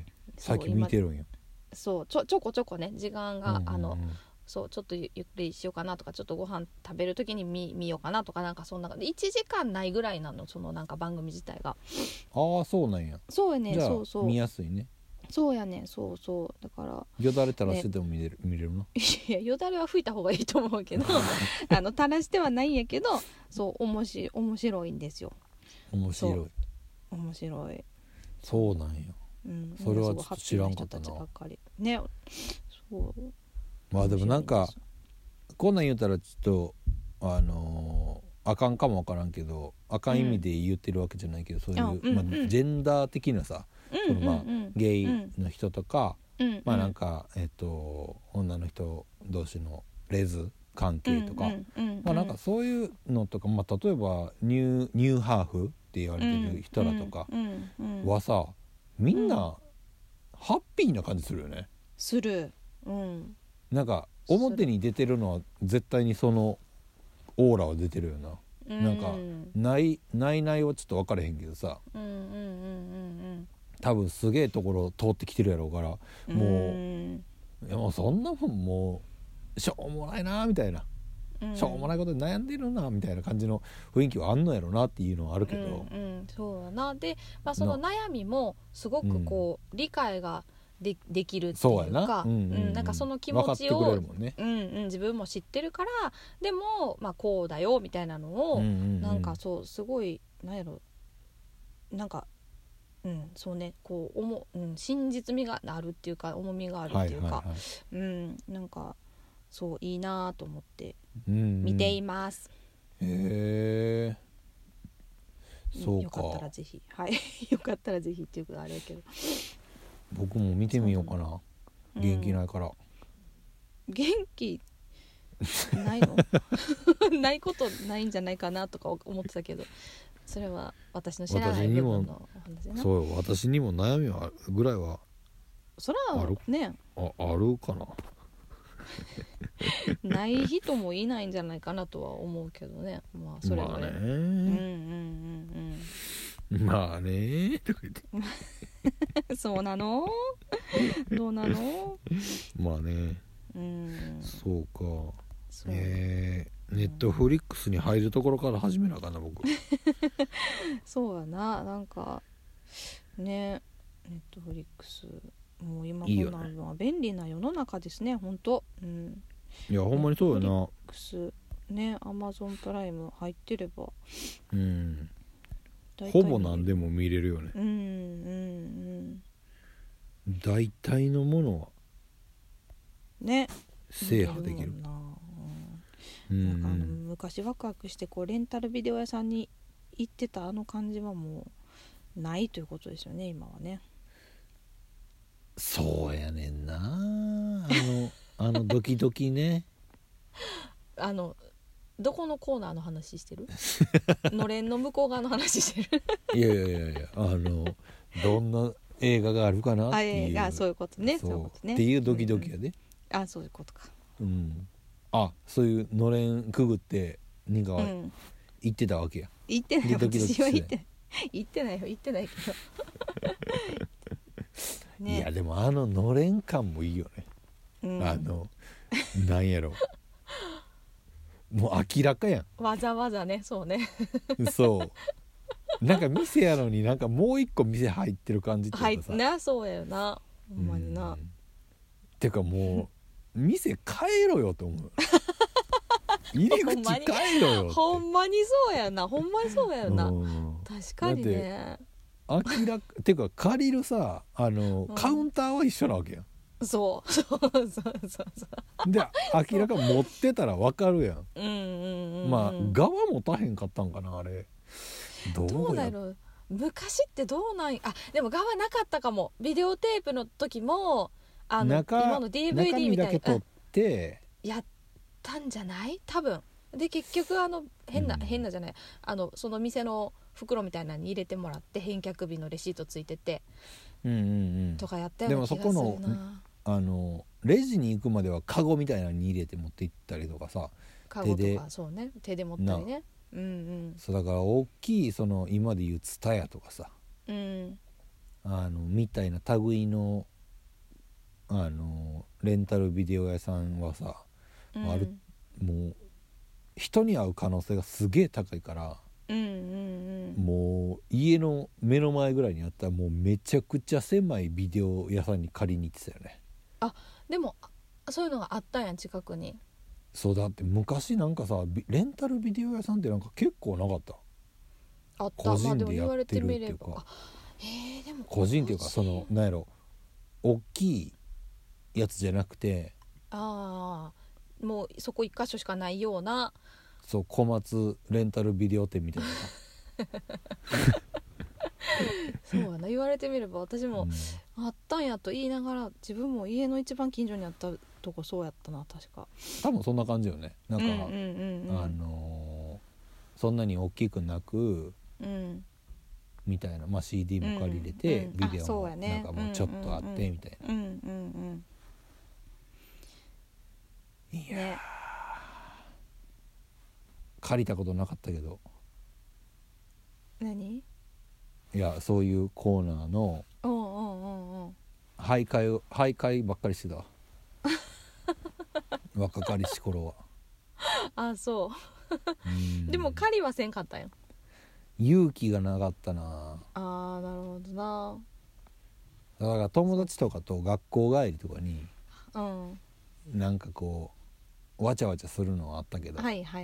最近見てるんや。 そうちょこちょこね時間がそうちょっとゆっくりしようかなとか、ちょっとご飯食べる時に見ようかなとか、なんかそんな1時間ないぐらいなの、そのなんか番組自体が。 そうなんや。 そうやね。 じゃあそう見やすいね。 そうやね。そうだからよだれ垂らしてても見れるの。 いやよだれは拭いた方がいいと思うけど垂らしてはないんやけど、そう面白いんですよ。 面白い。 面白い。 そうなんや、それはちょっと知らんかったな。 ね、そう。 まあでもなんかこんなん言うたらちょっとあかんかもわからんけど、あかん意味で言ってるわけじゃないけど、そういう、まあ、ジェンダー的なさ、そのまあゲイの人とか、まあなんか女の人同士のレズ関係とか、まあなんかそういうのとか、まあ例えばニューハーフって言われてる人らとかはさ、みんなハッピーな感じするよね。 する。 なんか表に出てるのは絶対にそのオーラは出てるよな。なんかないはちょっと分かれへんけどさ、多分すげえところ通ってきてるやろうから、もうそんなもんもうしょうもないなみたいな、しょうもないことで悩んでるなみたいな感じの雰囲気はあんのやろなっていうのはあるけど、 そうだな。で、まあ、その悩みもすごくこう、理解ができるっていうか、なんかその気持ちを分かってくれるもんね。自分も知ってるから、でも、まあ、こうだよみたいなのを、なんかそうすごいなんやろ、なんかそうね、こう真実味があるっていうか、重みがあるっていうか、なんかそういいなと思って見ています。 へえ、そうか。 よかったらぜひ、はいよかったらぜひっていうことあれやけど、 僕も見てみようかな。元気ないから。 元気ないのないことないんじゃないかなとか思ってたけど、それは私の知らない部分のお話やな。 そうよ、私にも悩みはあるぐらいはそれはね、 あるかなない人もいないんじゃないかなとは思うけどね。まあそれはね、 まあねとか言ってそうなのどうなのまあね、そうか。ネットフリックスに入るところから始めなあかんな僕そうやな。なんかね、ネットフリックスもう今こんなのは便利な世の中ですね、本当。 いやほんまにそうよな。 ネットフリックスね、アマゾンプライム入ってれば、 ほぼ何でも見れるよね。大体のものはね制覇できる。 なんか昔ワクワクしてこうレンタルビデオ屋さんに行ってたあの感じはもうないということですよね、今はね。 そうやねんなドキドキねどこのコーナーの話してるのれんの向こう側の話してるいやどんな映画があるかなっていう、 そういうことね、そういうことねっていうドキドキやで、 そういうことか。 そういうのれんくぐってなんか行ってたわけや。 行ってない、私は行ってないよ、行ってないけどね、いやでものれん感もいいよね、なんやろもう明らかやん、 わざわざね。そうねそうなんか店やのになんかもう一個店入ってる感じっていうかさ、 ね、そうやよな、ほんまにな。 てかもう店変えろよと思う入り口変えろよってほんまにそうやな、ほんまにそうやよな、確かにね。 明らかてか借りるさカウンターは一緒なわけやん。 そうで明らか持ってたら分かるやん。まあ側持たへんかったんかなあれ。 どうだろう、昔ってどうなんでも側なかったかも。ビデオテープの時も今の DVD みたいな中身だけ取ってやったんじゃない、多分。で結局変なじゃない、その店の袋みたいなのに入れてもらって返却日のレシートついてて、とかやったような気がするな。でもそこのレジに行くまではカゴみたいなのに入れて持って行ったりとかさ、 カゴとかそうね、手で持ったりね。 そうだから大きい今でいうツタヤとかさ、みたいな類のレンタルビデオ屋さんはさ、もう人に会う可能性がすげえ高いから、もう家の目の前ぐらいにあったらもうめちゃくちゃ狭いビデオ屋さんに借りに行ってたよね。 でもそういうのがあったんや、近くに。 そうだって昔なんかさレンタルビデオ屋さんってなんか結構なかった？ あった。 個人でも言われでやっててみれるっていうか、 ば、でも個人っていうかそのなんやろ、大きいやつじゃなくて、 もうそこ一箇所しかないような。 そう小松レンタルビデオ店みたいなそうやな、言われてみれば私もあったんやと言いながら、自分も家の一番近所にあったとこそうやったな、確か。 多分そんな感じよね。なんか、そんなに大きくなく、みたいな、まあ、CD も借りれて、ビデオもなんかもうちょっとあってみたいな。いや、ね、借りたことなかったけど。 何？ いや、そういうコーナーの徘徊ばっかりしてた若かりし頃は。 あ、そうでも借りはせんかったよ。 勇気がなかったな。 なるほどな。 だから友達とかと学校帰りとかに、なんかこうわちゃわちゃするのはあったけど、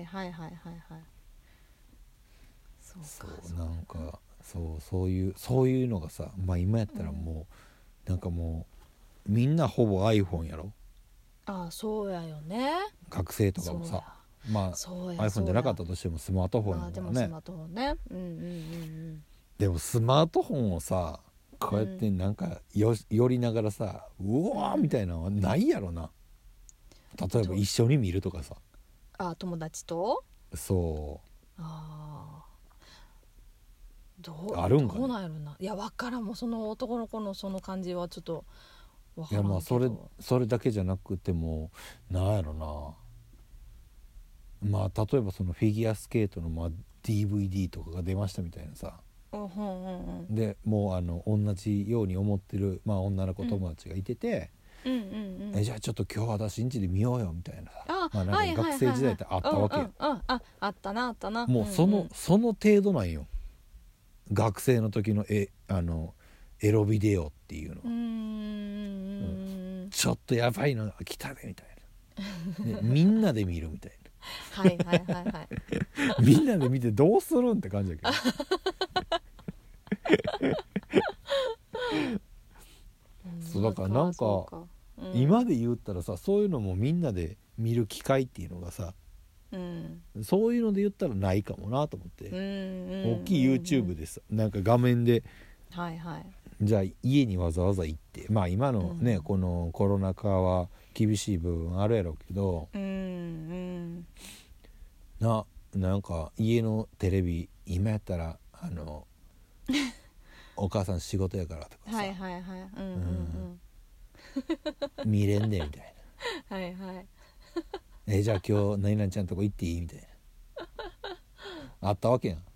そうなんかそういうのがさ、まあ今やったらもう、なんかもうみんなほぼ iPhone やろ。 そうやよね。 学生とかもさ、まあ iPhone じゃなかったとしてもスマートフォンやからね。 でもスマートフォンね。 でもスマートフォンをさ、こうやってなんか寄りながらさ、うわーみたいなのはないやろな。例えば一緒に見るとかさ。 友達と。 そう。 あるんかね。どうなんやろな。いや、分からん。もうその男の子のその感じはちょっと分からんけど。いや、まあそれだけじゃなくてもなんやろな。まあ例えばそのフィギュアスケートのDVD とかが出ましたみたいなさ。でもう同じように思ってる、女の子友達がいてて、じゃあちょっと今日私ん家で見ようよみたいなさ、なんか学生時代ってあったわけよ。 あったな。 もうその程度なんよ、学生の時のエロビデオっていうのは。ちょっとやばいの来たねみたいな、みんなで見るみたいなみんなで見てどうするんって感じだけどそうだからなんか今で言ったらさ、そういうのもみんなで見る機会っていうのがさ、そういうので言ったらないかもなと思って、大きい YouTube でさ、なんか画面で、じゃあ家にわざわざ行って、まあ今のね、このコロナ禍は厳しい部分あるやろうけど、なんか家のテレビ今やったらお母さん仕事やからとかさ、見れんでみたいなじゃあ今日何々ちゃんとこ行っていいみたいなあったわけやん。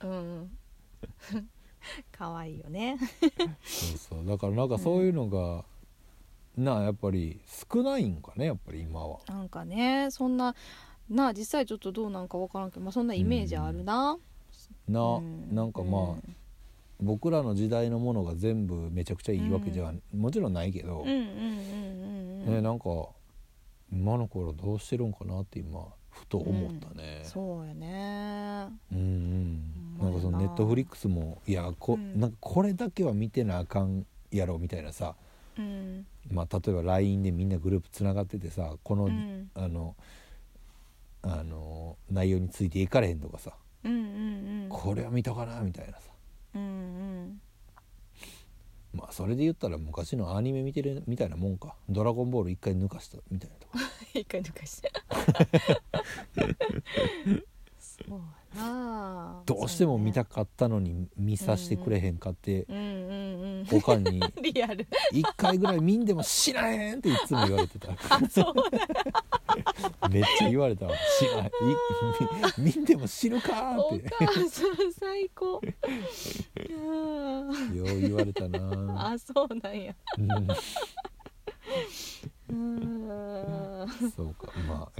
かわいいよねそうだからなんかそういうのが、やっぱり少ないんかね、やっぱり今は。 なんかね、そんな実際ちょっとどうなんか分からんけど、そんなイメージあるな。 なんか僕らの時代のものが全部めちゃくちゃいいわけじゃもちろんないけど、なんか今の頃どうしてるんかなって今ふと思ったね。 そうやね。 なんかそのネットフリックスもなんかこれだけは見てなあかんやろみたいなさ、例えば LINE でみんなグループつながっててさ、この、内容についていかれへんとかさ、これは見とかなみたいなさ、それで言ったら昔のアニメ見てるみたいなもんか。ドラゴンボール一回抜かしたみたいなとか一回抜かしたそうな、 どうしても見たかったのに見させてくれへんかって、おかんにリアル一回ぐらい見んでも知らへんっていつも言われてたそうめっちゃ言われたわ。見んでも知るかーってお母さん最高よう言われたな。 そうなんやそうか。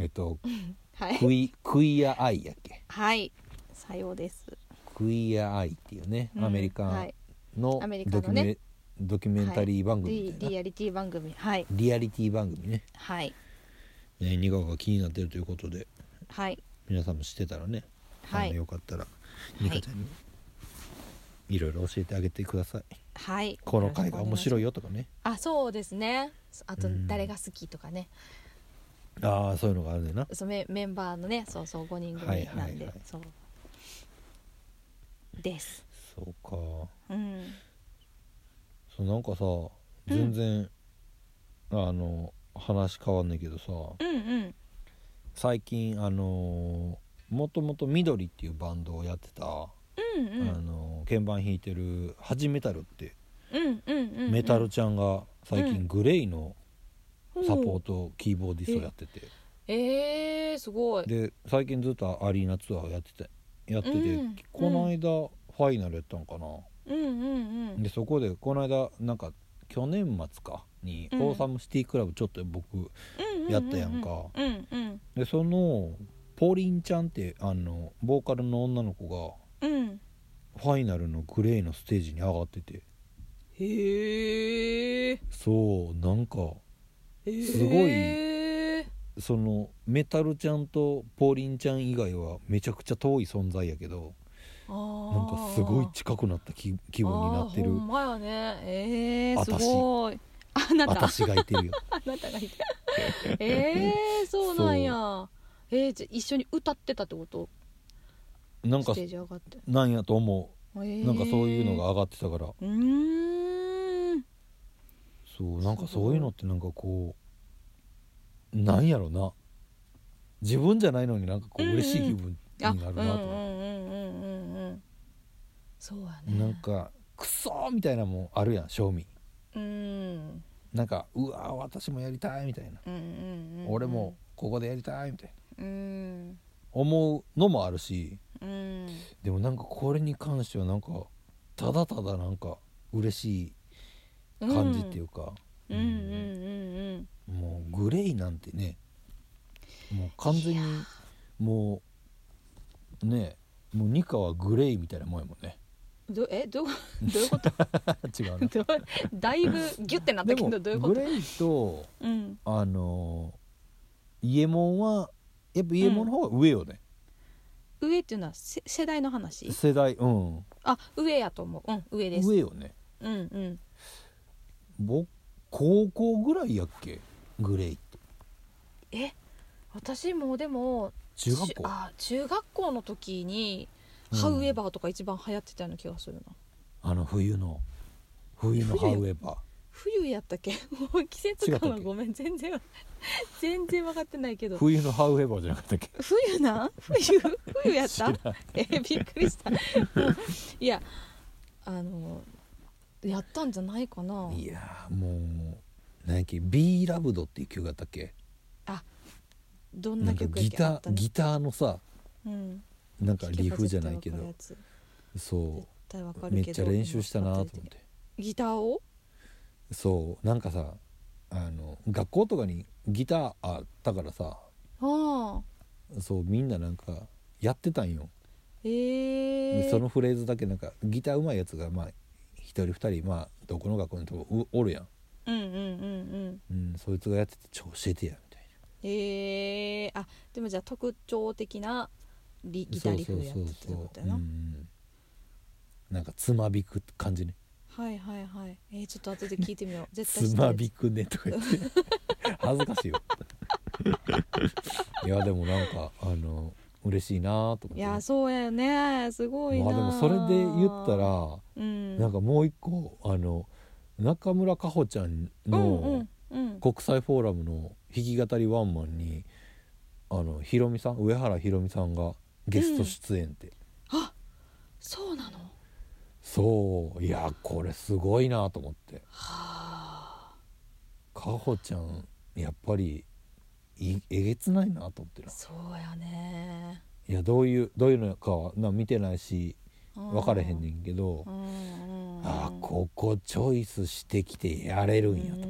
クイアアイやっけ。 はい、さようです。 クイアアイっていうね、アメリカのドキュメンタリー番組みたいな、 リアリティ番組、 リアリティ番組ね。ニカが気になってるということで、皆さんも知ってたらね、よかったらニカちゃんにいろいろ教えてあげてください。 はい、 この回が面白いよとかね。 あ、そうですね。あと誰が好きとかね、 ああそういうのがあるんだよな。 そうメンバーのね、そうそう5人組なんで、そうです。 そうか。 そうなんかさ全然、話変わんないけどさ、最近もともと緑っていうバンドをやってた、鍵盤弾いてるハジメタルって、メタルちゃんが最近グレイのサポートキーボーディストやってて、 すごい。 で最近ずっとアリーナツアーやってて、この間ファイナルやったのかな、でそこでこの間なんか去年末かにオーサムシティクラブちょっと僕やったやんか、でそのポリンちゃんってボーカルの女の子が、ファイナルのグレイのステージに上がってて、そうなんかすごい、そのメタルちゃんとポリンちゃん以外はめちゃくちゃ遠い存在やけど、なんかすごい近くなった気分になってる。 ほんまやね。すごい。 私がいてるよ。 あなたがいてる。そうなんや。じゃあ一緒に歌ってたってこと？ なんかステージ上がって。 なんやと思う。なんかそういうのが上がってたから。そうなんかそういうのってなんかこうなんやろな。自分じゃないのになんかこう嬉しい気分になるなと思って。 そうやね。 なんかクソみたいなもんあるやん正味。なんかうわ私もやりたいみたいな、俺もここでやりたいみたいな、思うのもあるし、でもなんかこれに関してはなんかただただなんか嬉しい感じっていうか、もうグレイなんてね、もう完全にもうね、もうニカはグレイみたいなもんやもんね。 どういうこと違うなだいぶギュッてなったけど、どういうこと？ グレイと、イエモンはやっぱイエモンの方が上よね、 上っていうのは世代の話？ 世代、 あ、上やと思う。上です。 上よね。僕高校ぐらいやっけグレイって。 私もでも中学校の時にハウエバーとか一番流行ってたような気がするな。冬のハウエバー。冬やったっけ？もう季節感はごめん、全然分かってないけど。 冬のハウエバーじゃなかったっけ？ 冬やった？びっくりした。いややったんじゃないかな。 いやもう何やっけ B ラブドっていう曲だったっけ？ どんな曲やっけ？ ギターのさ、なんかリフじゃないけど、そうめっちゃ練習したなと思って。 ギターを？ そうなんかさ学校とかにギターあったからさ、そうみんななんかやってたんよ。そのフレーズだけなんかギター上手いやつがまあ一人二人まあどこの学校にとおるやん。そいつがやってて教えてやみたいな。でもじゃあ特徴的なギターリフやってたってことやな。 なんかつまびく感じね。 はいはいはい。ちょっと後で聞いてみよう。絶対つまびくねとか言って恥ずかしいよいやでもなんか嬉しいなと思って、ね、 いやそうやよね、すごいな。 まあでもそれで言ったら、なんかもう一個中村佳穂ちゃんの国際フォーラムの弾き語りワンマンにひろみさん、上原ひろみさんがゲスト出演って、 あ、そうなの？ そう、いやこれすごいなと思って、佳穂ちゃんやっぱりえげつないなと思ってな。 そうやね。 いやどういうのかは見てないし分からへんねんけど、ここチョイスしてきてやれるんやと思って。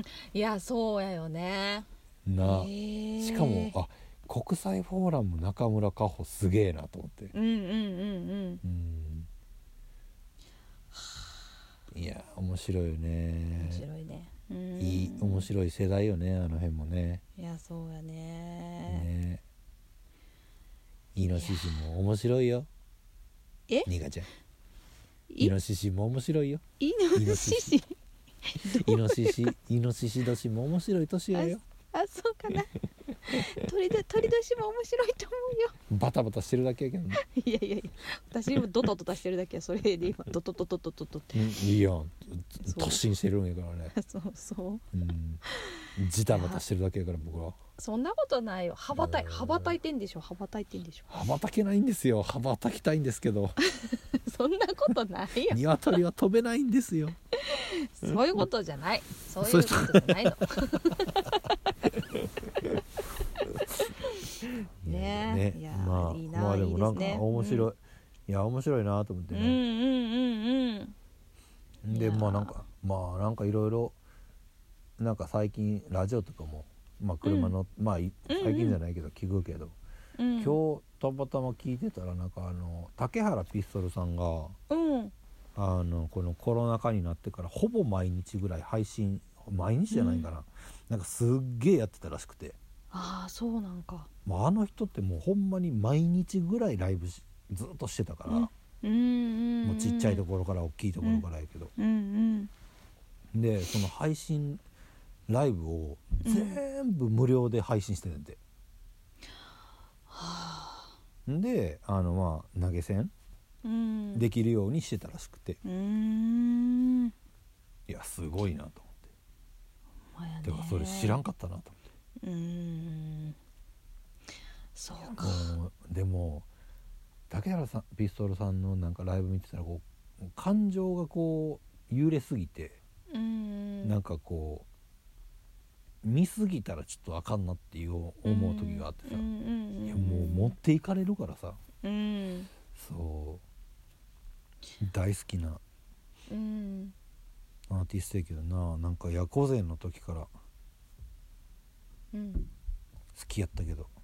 いやそうやよね。 しかも国際フォーラム中村佳穂すげえなと思って。いや面白いよね。 面白いね。 面白い世代よね、あの辺もね。 いやそうやね。 イノシシも面白いよ。ニカちゃん。 イノシシも面白いよ。 イノシシイノシシ年も面白い年やよ。 そうかな。鳥年も面白いと思うよ。 バタバタしてるだけやけどね。 いや私もドタドタしてるだけや。それで今ドトトトトトトって、 いいやん、突進してるんやからね。 そうジタバタしてるだけやから僕は。 そんなことないよ。羽ばたいてんでしょ。羽ばたそんなことないよ。 鶏は飛べないんですよ。 そういうことじゃない。そういうことじゃないのね。いや、いいな。 まあでもなんかいいですね。 面白い、いや面白いなと思ってね。でなんかいろいろなんか最近ラジオとかも車の最近じゃないけど聞くけど、今日たまたま聞いてたらなんか竹原ピストルさんがこのコロナ禍になってからほぼ毎日ぐらい配信、毎日じゃないかな、なんかすっげえやってたらしくて。 そうなんか。 あの人ってもうほんまに毎日ぐらいライブずっとしてたから、もうちっちゃいところから大きいところからやけど、でその配信ライブを全部無料で配信してるんで、で投げ銭できるようにしてたらしくて、いやすごいなと思って、てかそれ知らんかったなと思って。 そうか。 でも竹原さんピストルさんのなんかライブ見てたらこう感情がこう揺れすぎて、なんかこう見すぎたらちょっとあかんなっていう思う時があってさ、いやもう持っていかれるからさ、そう大好きなアーティストやけどな、なんか夜行膳の時から好きやったけど、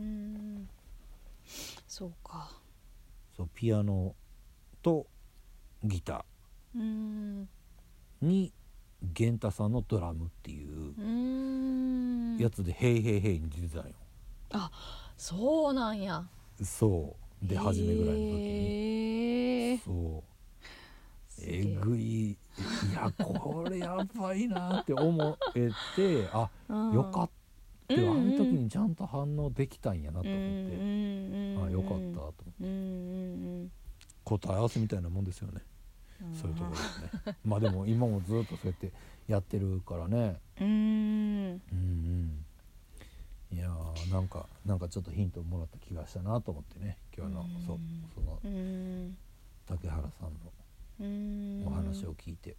そうか。 そうピアノとギターに源太さんのドラムっていうやつで「ヘイヘイヘイ」に出てたんよ。 そうなんや。 そうで初めぐらいの時に、そうえぐい、いやこれやばいなって思えて、よかった、あの時にちゃんと反応できたんやなと思って、よかったと思って、答え合わせみたいなもんですよね、そういうところね。でも今もずっとそうやってやってるからね。いやなんかちょっとヒントもらった気がしたなと思ってね、今日のその竹原さんのお話を聞いて、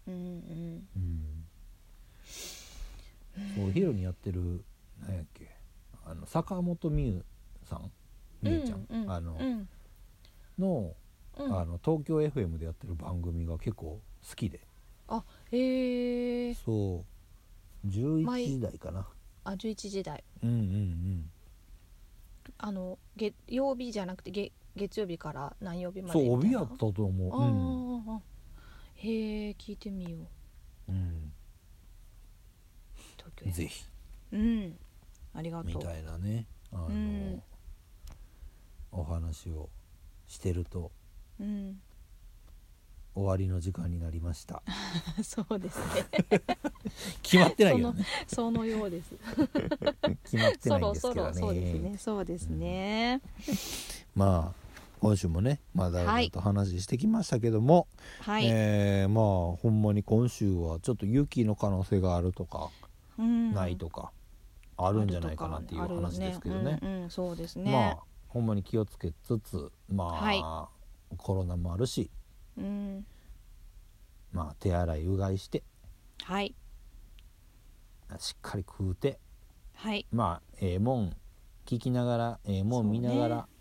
そうお昼にやってる何やっけ、坂本美優さん、美優ちゃん、の東京 FM でやってる番組が結構好きで、そう11時台かな、 11時台、曜日じゃなくて月曜日から何曜日までみたいな。 そう帯やったと思う。 へえ、聞いてみよう。東京ぜひありがとうみたいなね、お話をしてると、終わりの時間になりました。 そうですね決まってないけどねそのようです決まってないんですけどね。 そろそうですね、そうですね、 今週もねだらだらと話してきましたけども、ほんまに今週はちょっと雪の可能性があるとか、ないとかあるんじゃないかなっていう話ですけどね。 そうですね、 ほんまに気をつけつつ、コロナもあるし、手洗いうがいして、しっかり食うて、もん聞きながらもん見ながら、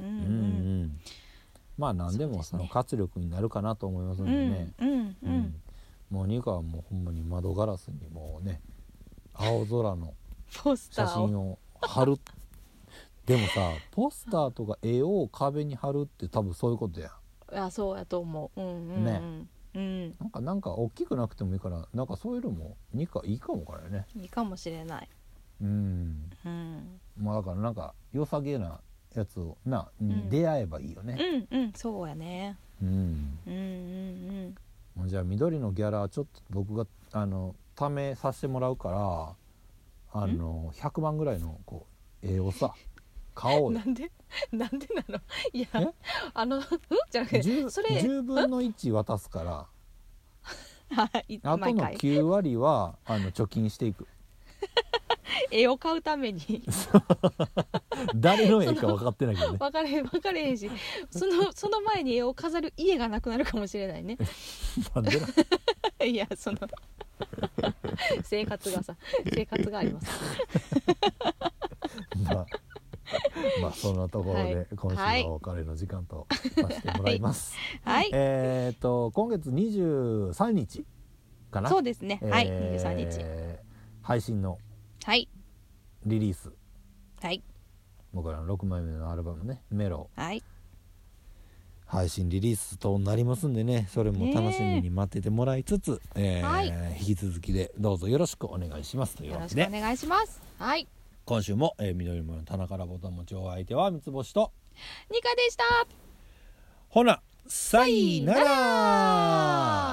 何でもその活力になるかなと思いますのでね。もうニカはもうほんまに窓ガラスにもうね青空の写真を貼るでもさポスターとか絵を壁に貼るって多分そういうことやん。 そうやと思う。 なんか大きくなくてもいいから、なんかそういうのもニカいいかもからね。 いいかもしれない。 だからなんか良さげなやつを出会えばいいよね。 そうやね。 うん、 うんうんうん、じゃあ緑のギャラちょっと僕が貯めさせてもらうから100万ぐらいのこう絵をさ買おうよ。 なんでなの。いやじゃなくてそれ 10分の1渡すからあとの毎回 9割は貯金していく絵を買うために誰の絵か分かってないけどね分かれへんしその前に絵を飾る家がなくなるかもしれないねなんでいや生活がありますまあそんなところで今週はお別れの時間とさせてもらいます、 はい、 今月23日かな。 そうですね、はい、23日配信のリリース、 はい、 僕らの6枚目のアルバムねメロ、 はい、 配信リリースとなりますんでね、それも楽しみに待っててもらいつつ、 はい、 引き続きでどうぞよろしくお願いしますというわけで、 よろしくお願いします。はい、 今週も、緑村の棚からボタン持ちお相手は三つ星とニカでした。 ほなさいなら。